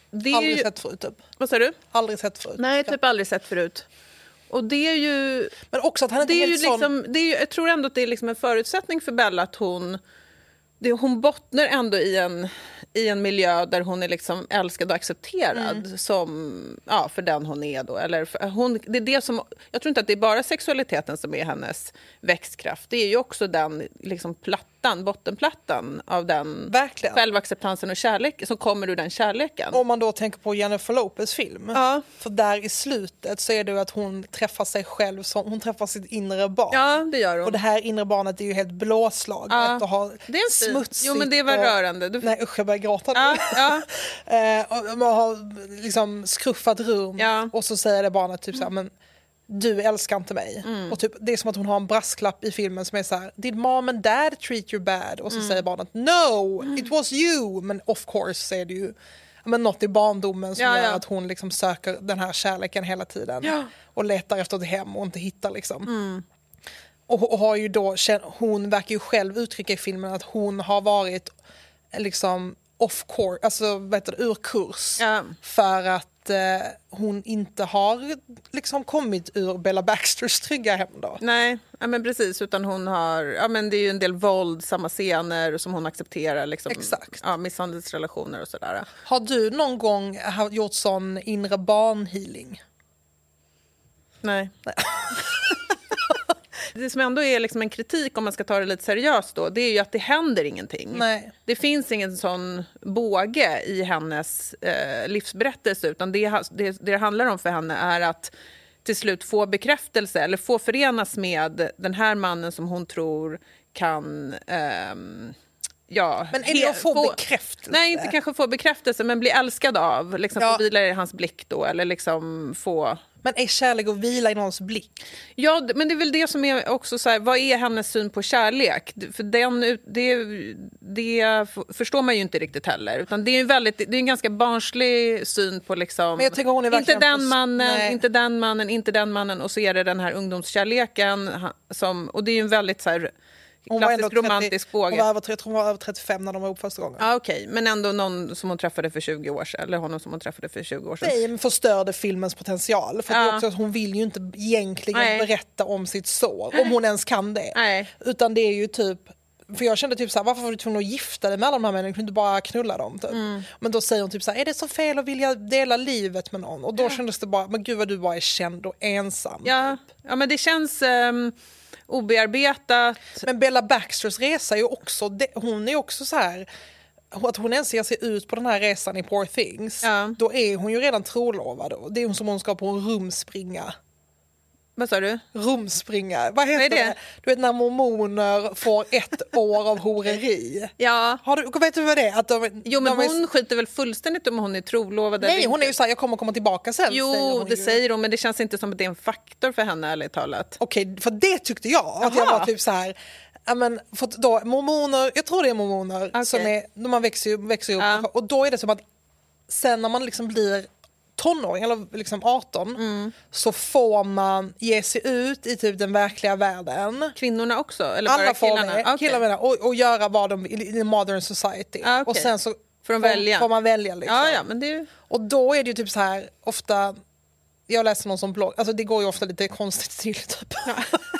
det är aldrig ju... sett förut typ. Vad sa du? Aldrig sett förut. Nej, typ aldrig sett förut. Och det är ju... Men också att han inte det är helt ju sån... liksom, det är ju, jag tror ändå att det är liksom en förutsättning för Bella att hon... Det, hon bottnar ändå i en, i en miljö där hon är liksom älskad och accepterad mm. som, ja, för den hon är. Då. Eller för, hon, det är det som, jag tror inte att det är bara sexualiteten som är hennes växtkraft. Det är ju också den liksom plattan, bottenplattan av den Verkligen. Självacceptansen och kärlek som kommer ur den kärleken. Om man då tänker på Jennifer Lopez film. Ja. För där i slutet så är det ju att hon träffar sig själv, som, hon träffar sitt inre barn. Ja, det gör hon. Och det här inre barnet är ju helt blåslaget ja. och har det är en smutsigt. Jo, men det var och, rörande. Du... Nej, usch, jag börjar gråta ja, ja. eh, och man har liksom skruffat rum ja. och så säger det barnet typ så här, men du älskar inte mig. Mm. Och typ, det är som att hon har en brasklapp i filmen som är så här, did mom and dad treat you bad? Och så mm. säger barnet, no, it was you. Men of course är det ju men något i barndomen som ja, gör ja. att hon liksom söker den här kärleken hela tiden. Ja. Och letar efter ett hem och inte hittar liksom. Mm. Och, och har ju då, hon verkar ju själv uttrycka i filmen att hon har varit liksom off course, alltså vet du, ur kurs ja. för att eh, hon inte har liksom kommit ur Bella Baxters trygga hem då. Nej, ja, men precis, utan hon har, ja men det är ju en del våld, samma scener som hon accepterar liksom. Exakt. Ja, misshandelsrelationer och sådär. Har du någon gång gjort sån inre barnhealing? Nej. Nej. Det som ändå är liksom en kritik, om man ska ta det lite seriöst då, det är ju att det händer ingenting. Nej. Det finns ingen sån båge i hennes eh, livsberättelse, utan det, det, det handlar om för henne är att till slut få bekräftelse eller få förenas med den här mannen som hon tror kan... Ehm, Ja, men är det att få, få bekräftelse? Nej, inte kanske få bekräftelse, men bli älskad av. Liksom ja. Få vila i hans blick då, eller liksom få... Men är kärlek att vila i någons blick? Ja, men det är väl det som är också så här, vad är hennes syn på kärlek? För den, det, det förstår man ju inte riktigt heller. Utan det är en väldigt, det är en ganska barnslig syn på liksom... Men jag tänker hon är inte den på... mannen, Nej. inte den mannen, inte den mannen. Och så är det den här ungdomskärleken. Som, och det är ju en väldigt så här... klassisk romantisk båge. Hon var över, jag tror hon var över trettiofem när de var ihop första gången. Ah, okej, okay. Men ändå någon som hon träffade för tjugo år sedan. Eller honom som hon träffade för tjugo år sedan. Nej, men förstörde filmens potential. För ah. det är också att hon vill ju inte egentligen Nej. berätta om sitt sår. Nej. Om hon ens kan det. Nej. Utan det är ju typ... För jag kände typ såhär, varför var du tvungen att gifta dig med alla de här männen? Du kunde inte bara knulla dem typ. Mm. Men då säger hon typ såhär, är det så fel att vilja dela livet med någon? Och då ja. kändes det bara, men gud vad du bara är känd och ensam. Ja, ja men det känns... Um... obearbetat. Men Bella Baxters resa är ju också, hon är ju också så här, att hon ens ser sig ut på den här resan i Poor Things, ja. Då är hon ju redan trolovad. Det är hon som hon ska på en rumspringa. Vad sa du? Rumspringa. Vad heter Vad det? det? Du vet när mormoner får ett år av horeri. Ja. Har du, vet du vad det är? Att de, jo, men de hon är... skiter väl fullständigt om hon är trolovad. Nej, hon är ju så här, jag kommer komma tillbaka sen. Jo, säger det ju. säger hon, men det känns inte som att det är en faktor för henne, ärligt talat. Okej, okay, för det tyckte jag. Att jag var typ så här... Ja, men, för då, mormoner, jag tror det är mormoner okay. som är, när man växer, växer upp. Ja. Och då är det som att sen när man liksom blir tonåring eller liksom arton mm. så får man ge sig ut i typ den verkliga världen. Kvinnorna också? Eller alla bara får killarna? det, okay. killarna och, och göra vad de vill i modern society. Ah, okay. Och sen så får, de välja. får man välja. Liksom. Ja, ja, men det... Och då är det ju typ så här, ofta, jag läser någon som blogg, alltså det går ju ofta lite konstigt till typ. Ja.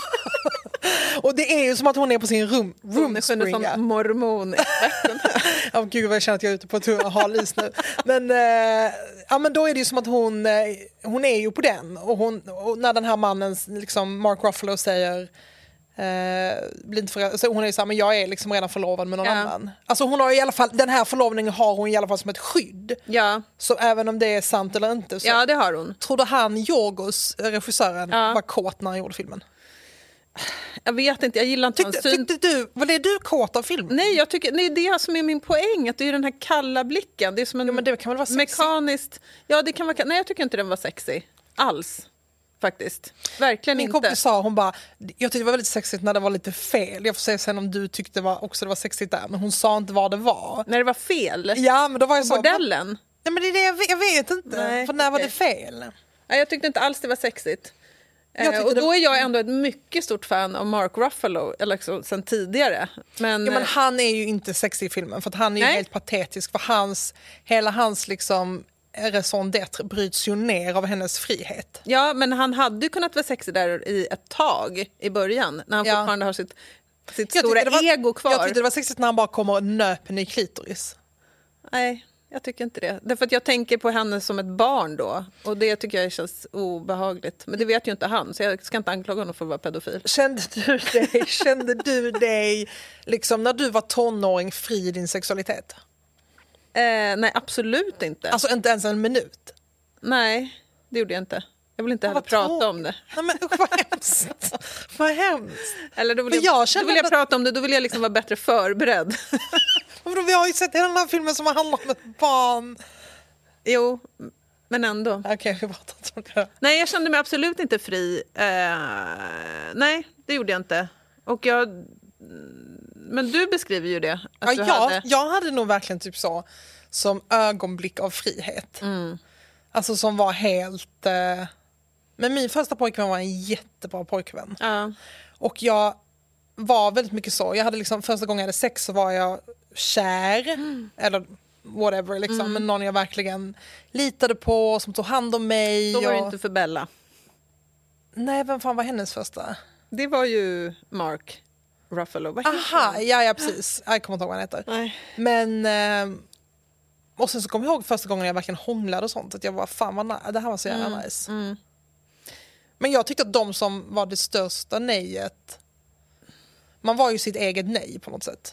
Och det är ju som att hon är på sin rum, rumspringa. Som mormon. Ja, gud vad jag känner att jag är ute på tunna hal is nu. Men, eh, ja, men då är det ju som att hon, eh, hon är ju på den. Och, hon, och när den här mannen, liksom Mark Ruffalo, säger eh, blir inte för, så hon är ju så här, men jag är liksom redan förlovad med någon ja. annan. Alltså hon har i alla fall, den här förlovningen har hon i alla fall som ett skydd. Ja. Så även om det är sant eller inte. Så ja, det har hon. Tror du han, Yorgos, regissören, ja. var kåt när han gjorde filmen? Jag vet inte, jag gillar inte tyckte, hans syn. Tyckte du, var det du kåt av filmen? Nej, jag tycker, nej, det är det som är min poäng, att det är den här kalla blicken. Det är som en jo, men det kan väl vara mekaniskt... Ja, det kan vara... Nej, jag tycker inte den var sexy. Alls. Faktiskt. Verkligen min inte. Min kompis sa, hon bara, jag tyckte det var väldigt sexigt när det var lite fel. Jag får säga sen om du tyckte var, också det var sexigt där, men hon sa inte vad det var. När det var fel? Ja, men då var jag så... Bordellen? Nej, men det är det jag vet, jag vet inte. Nej, för när okay. var det fel? Nej, jag tyckte inte alls det var sexigt. Eh, och då är jag ändå ett mycket stort fan av Mark Ruffalo, eller så, sen tidigare. Men, ja, men han är ju inte sexig i filmen, för att han är ju helt patetisk. För hans, hela hans liksom raison d'être bryts ju ner av hennes frihet. Ja, men han hade ju kunnat vara sexig där i ett tag i början. När han Ja. fortfarande har sitt, sitt Jag stora tyckte det var- ego kvar. Jag tyckte det var sexigt när han bara kommer och nöper i klitoris. Nej, jag tycker inte det. Därför att jag tänker på henne som ett barn då. Och det tycker jag känns obehagligt. Men det vet ju inte han, så jag ska inte anklaga honom för att vara pedofil. Kände du dig, kände du dig liksom, när du var tonåring fri i din sexualitet? Eh, nej, absolut inte. Alltså inte ens en minut? Nej, det gjorde jag inte. Jag vill inte heller Vad prata tråkigt. om det. Nej, men usch, vad hemskt. Vad hemskt. Eller då vill Men jag, jag då känner vill jag att- prata om det, då vill jag liksom vara bättre förberedd. Men vi har ju sett den här filmen som handlar om ett barn. Jo, men ändå. Okej, okay, vi pratar inte om det. Nej, jag kände mig absolut inte fri. Eh, nej, det gjorde jag inte. Och jag... Men du beskriver ju det. Att Ja, du jag, hade... jag hade nog verkligen typ så som ögonblick av frihet. Mm. Alltså som var helt... Eh... Men min första pojkvän var en jättebra pojkvän. Ja. Och jag var väldigt mycket så. Jag hade liksom, första gången jag hade sex så var jag kär. Mm. Eller whatever liksom. Mm. Men någon jag verkligen litade på, som tog hand om mig. Då var och... det inte för Bella. Nej, vem fan var hennes första? Det var ju Mark Ruffalo. Vad heter Aha, han? ja, ja precis. Jag kommer inte ihåg vad han heter. Nej. Men... Eh... Och sen så kom jag ihåg första gången jag verkligen hånglade och sånt. Att jag var fan vad na- det här var så jävla Mm, nice. mm. Men jag tyckte att de som var det största nejet. Man var ju sitt eget nej på något sätt.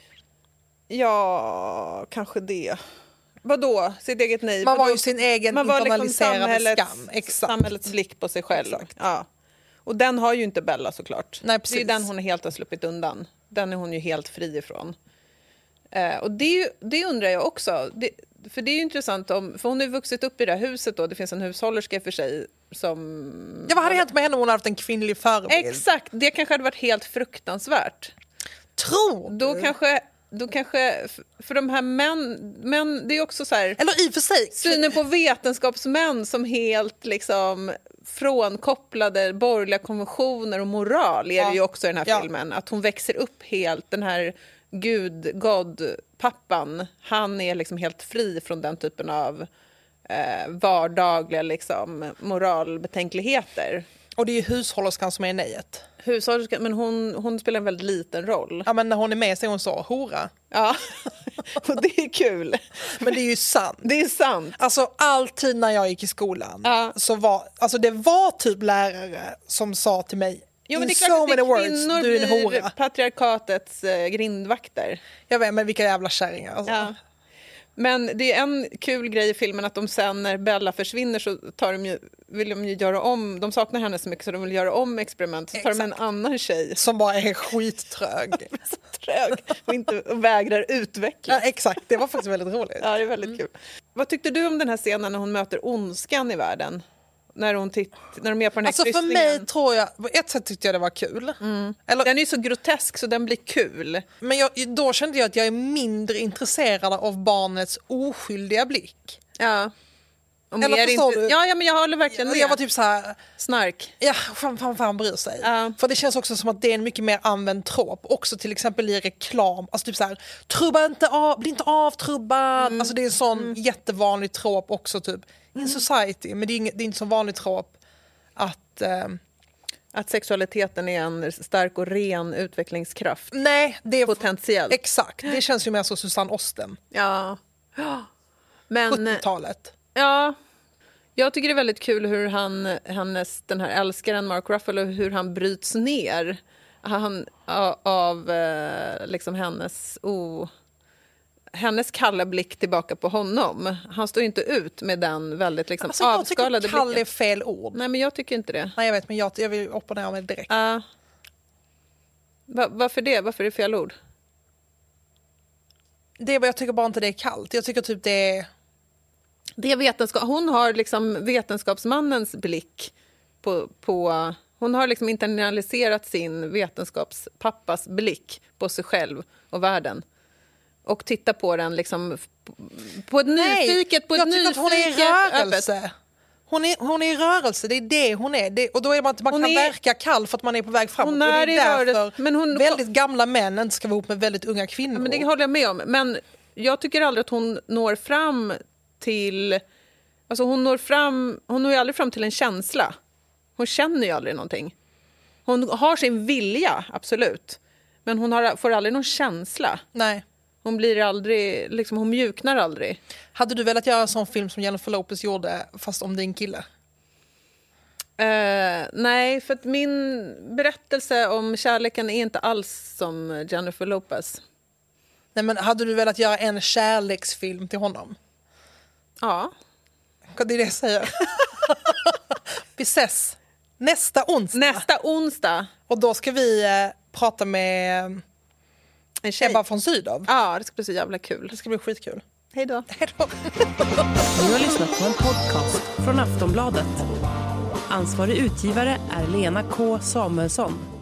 Ja, kanske det. Vadå? Sitt eget nej? Man var Vadå? ju sin egen Man var liksom internaliserade samhällets, skam. Exakt. samhällets blick på sig själv. Exakt. Ja. Och den har ju inte Bella såklart. Nej, det är ju precis. den hon helt har sluppit undan. Den är hon ju helt fri ifrån. Eh, och det, är ju, det undrar jag också. Det, för det är ju intressant om, för hon har ju vuxit upp i det här huset då. Det finns en hushållerska för sig som... Ja, vad hade hänt med henne om hon hade haft en kvinnlig förebild? Exakt, det kanske hade varit helt fruktansvärt. Tror du? Då kanske, då kanske för de här män, män det är också så här... Eller i och för sig. Synen på vetenskapsmän som helt liksom frånkopplade borgerliga konventioner och moral är Ja. det ju också i den här Ja. filmen. Att hon växer upp helt, den här gud, god, pappan, han är liksom helt fri från den typen av eh, vardagliga liksom, moralbetänkligheter. Och det är ju hushållerskan som är nejet. Hushållerska, men hon, hon spelar en väldigt liten roll. Ja, men när hon är med så är hon så, hora. Ja, och det är kul. Men det är ju sant. Det är sant. Alltså alltid när jag gick i skolan Ja. så var, alltså det var typ lärare som sa till mig Jo, men in det är klart so att det many är words, kvinnor du är en blir hora. patriarkatets eh, grindvakter. Jag vet, men vilka jävla kärringar. Alltså. Ja. Men det är en kul grej i filmen att de sen när Bella försvinner så tar de ju, vill de ju göra om, de saknar henne så mycket så de vill göra om experiment. Så tar de en annan tjej Som bara är skittrög. så trög och, inte, och vägrar utveckla. Ja, exakt, det var faktiskt väldigt roligt. Ja, det är väldigt kul. Vad tyckte du om den här scenen när hon möter ondskan i världen? När, hon titt, när de är på den här Alltså för kryssningen. mig tror jag, på ett sätt tyckte jag det var kul. Eller, Den är ju så grotesk så den blir kul. men jag, då kände jag att jag är mindre intresserad av barnets oskyldiga blick. Ja. Och Eller mer förstår inte, du? Ja, ja, men jag håller verkligen med. Jag var typ så här, Snark. ja, fan, fan, fan bryr sig. Ja. För det känns också som att det är en mycket mer använd trop. Också till exempel i reklam. Alltså typ så här, trubba inte av, bli inte avtrubbad. Mm. Alltså det är en sån jättevanlig trop också typ. In society. Men det är, inget, det är inte så vanlig trop att... Eh, Att sexualiteten är en stark och ren utvecklingskraft. nej, det är... Potentiellt. Exakt, det känns ju mer så Susanne Osten. Ja. Ja. Men sjuttiotalet. ja, jag tycker det är väldigt kul hur han, hennes, den här älskaren Mark Ruffalo, hur han bryts ner han, av, av eh, liksom hennes o... hennes kalla blick tillbaka på honom. Han står ju inte ut med den väldigt liksom, Alltså, jag tycker avskalade kall är blicken. fel ord. Nej, men jag tycker inte det. Nej, jag vet, men jag, jag vill opponera mig direkt. Uh, va, varför det? Varför är det fel ord? Det är vad jag tycker bara inte det är kallt. Jag tycker typ det är... Det är vetenskap. Hon har liksom vetenskapsmannens blick på... på hon har liksom internaliserat sin vetenskapspappas blick på sig själv och världen. Och tittar på den liksom på ett nyfiket... På ett jag tycker att hon är i nyfiket, rörelse. öppet. Hon är, hon är i rörelse, det är det hon är. Det, och då är man, man Hon kan är- verka kall för att man är på väg framåt. Hon och det är i är därför rörelse, men hon- väldigt gamla män inte ska vara ihop med väldigt unga kvinnor. Men det håller jag med om. Men jag tycker aldrig att hon når fram till Alltså hon når fram, hon når ju aldrig fram till en känsla. Hon känner ju aldrig någonting. Hon har sin vilja, absolut. Men hon har, får aldrig någon känsla. Nej. Hon blir aldrig, liksom, hon mjuknar aldrig. Hade du velat göra en sån film som Jennifer Lopez gjorde, fast om din kille? Uh, nej, för att min berättelse om kärleken är inte alls som Jennifer Lopez. Nej, men hade du velat göra en kärleksfilm till honom? Ja. Det är det jag säger. Vi ses nästa onsdag. Nästa onsdag. Och då ska vi eh, prata med en tjej. Ebba von Sydow. Ja, det ska bli så jävla kul. Det ska bli skitkul. Hej då. Hej då. Du har lyssnat på en podcast från Aftonbladet. Ansvarig utgivare är Lena K. Samuelsson.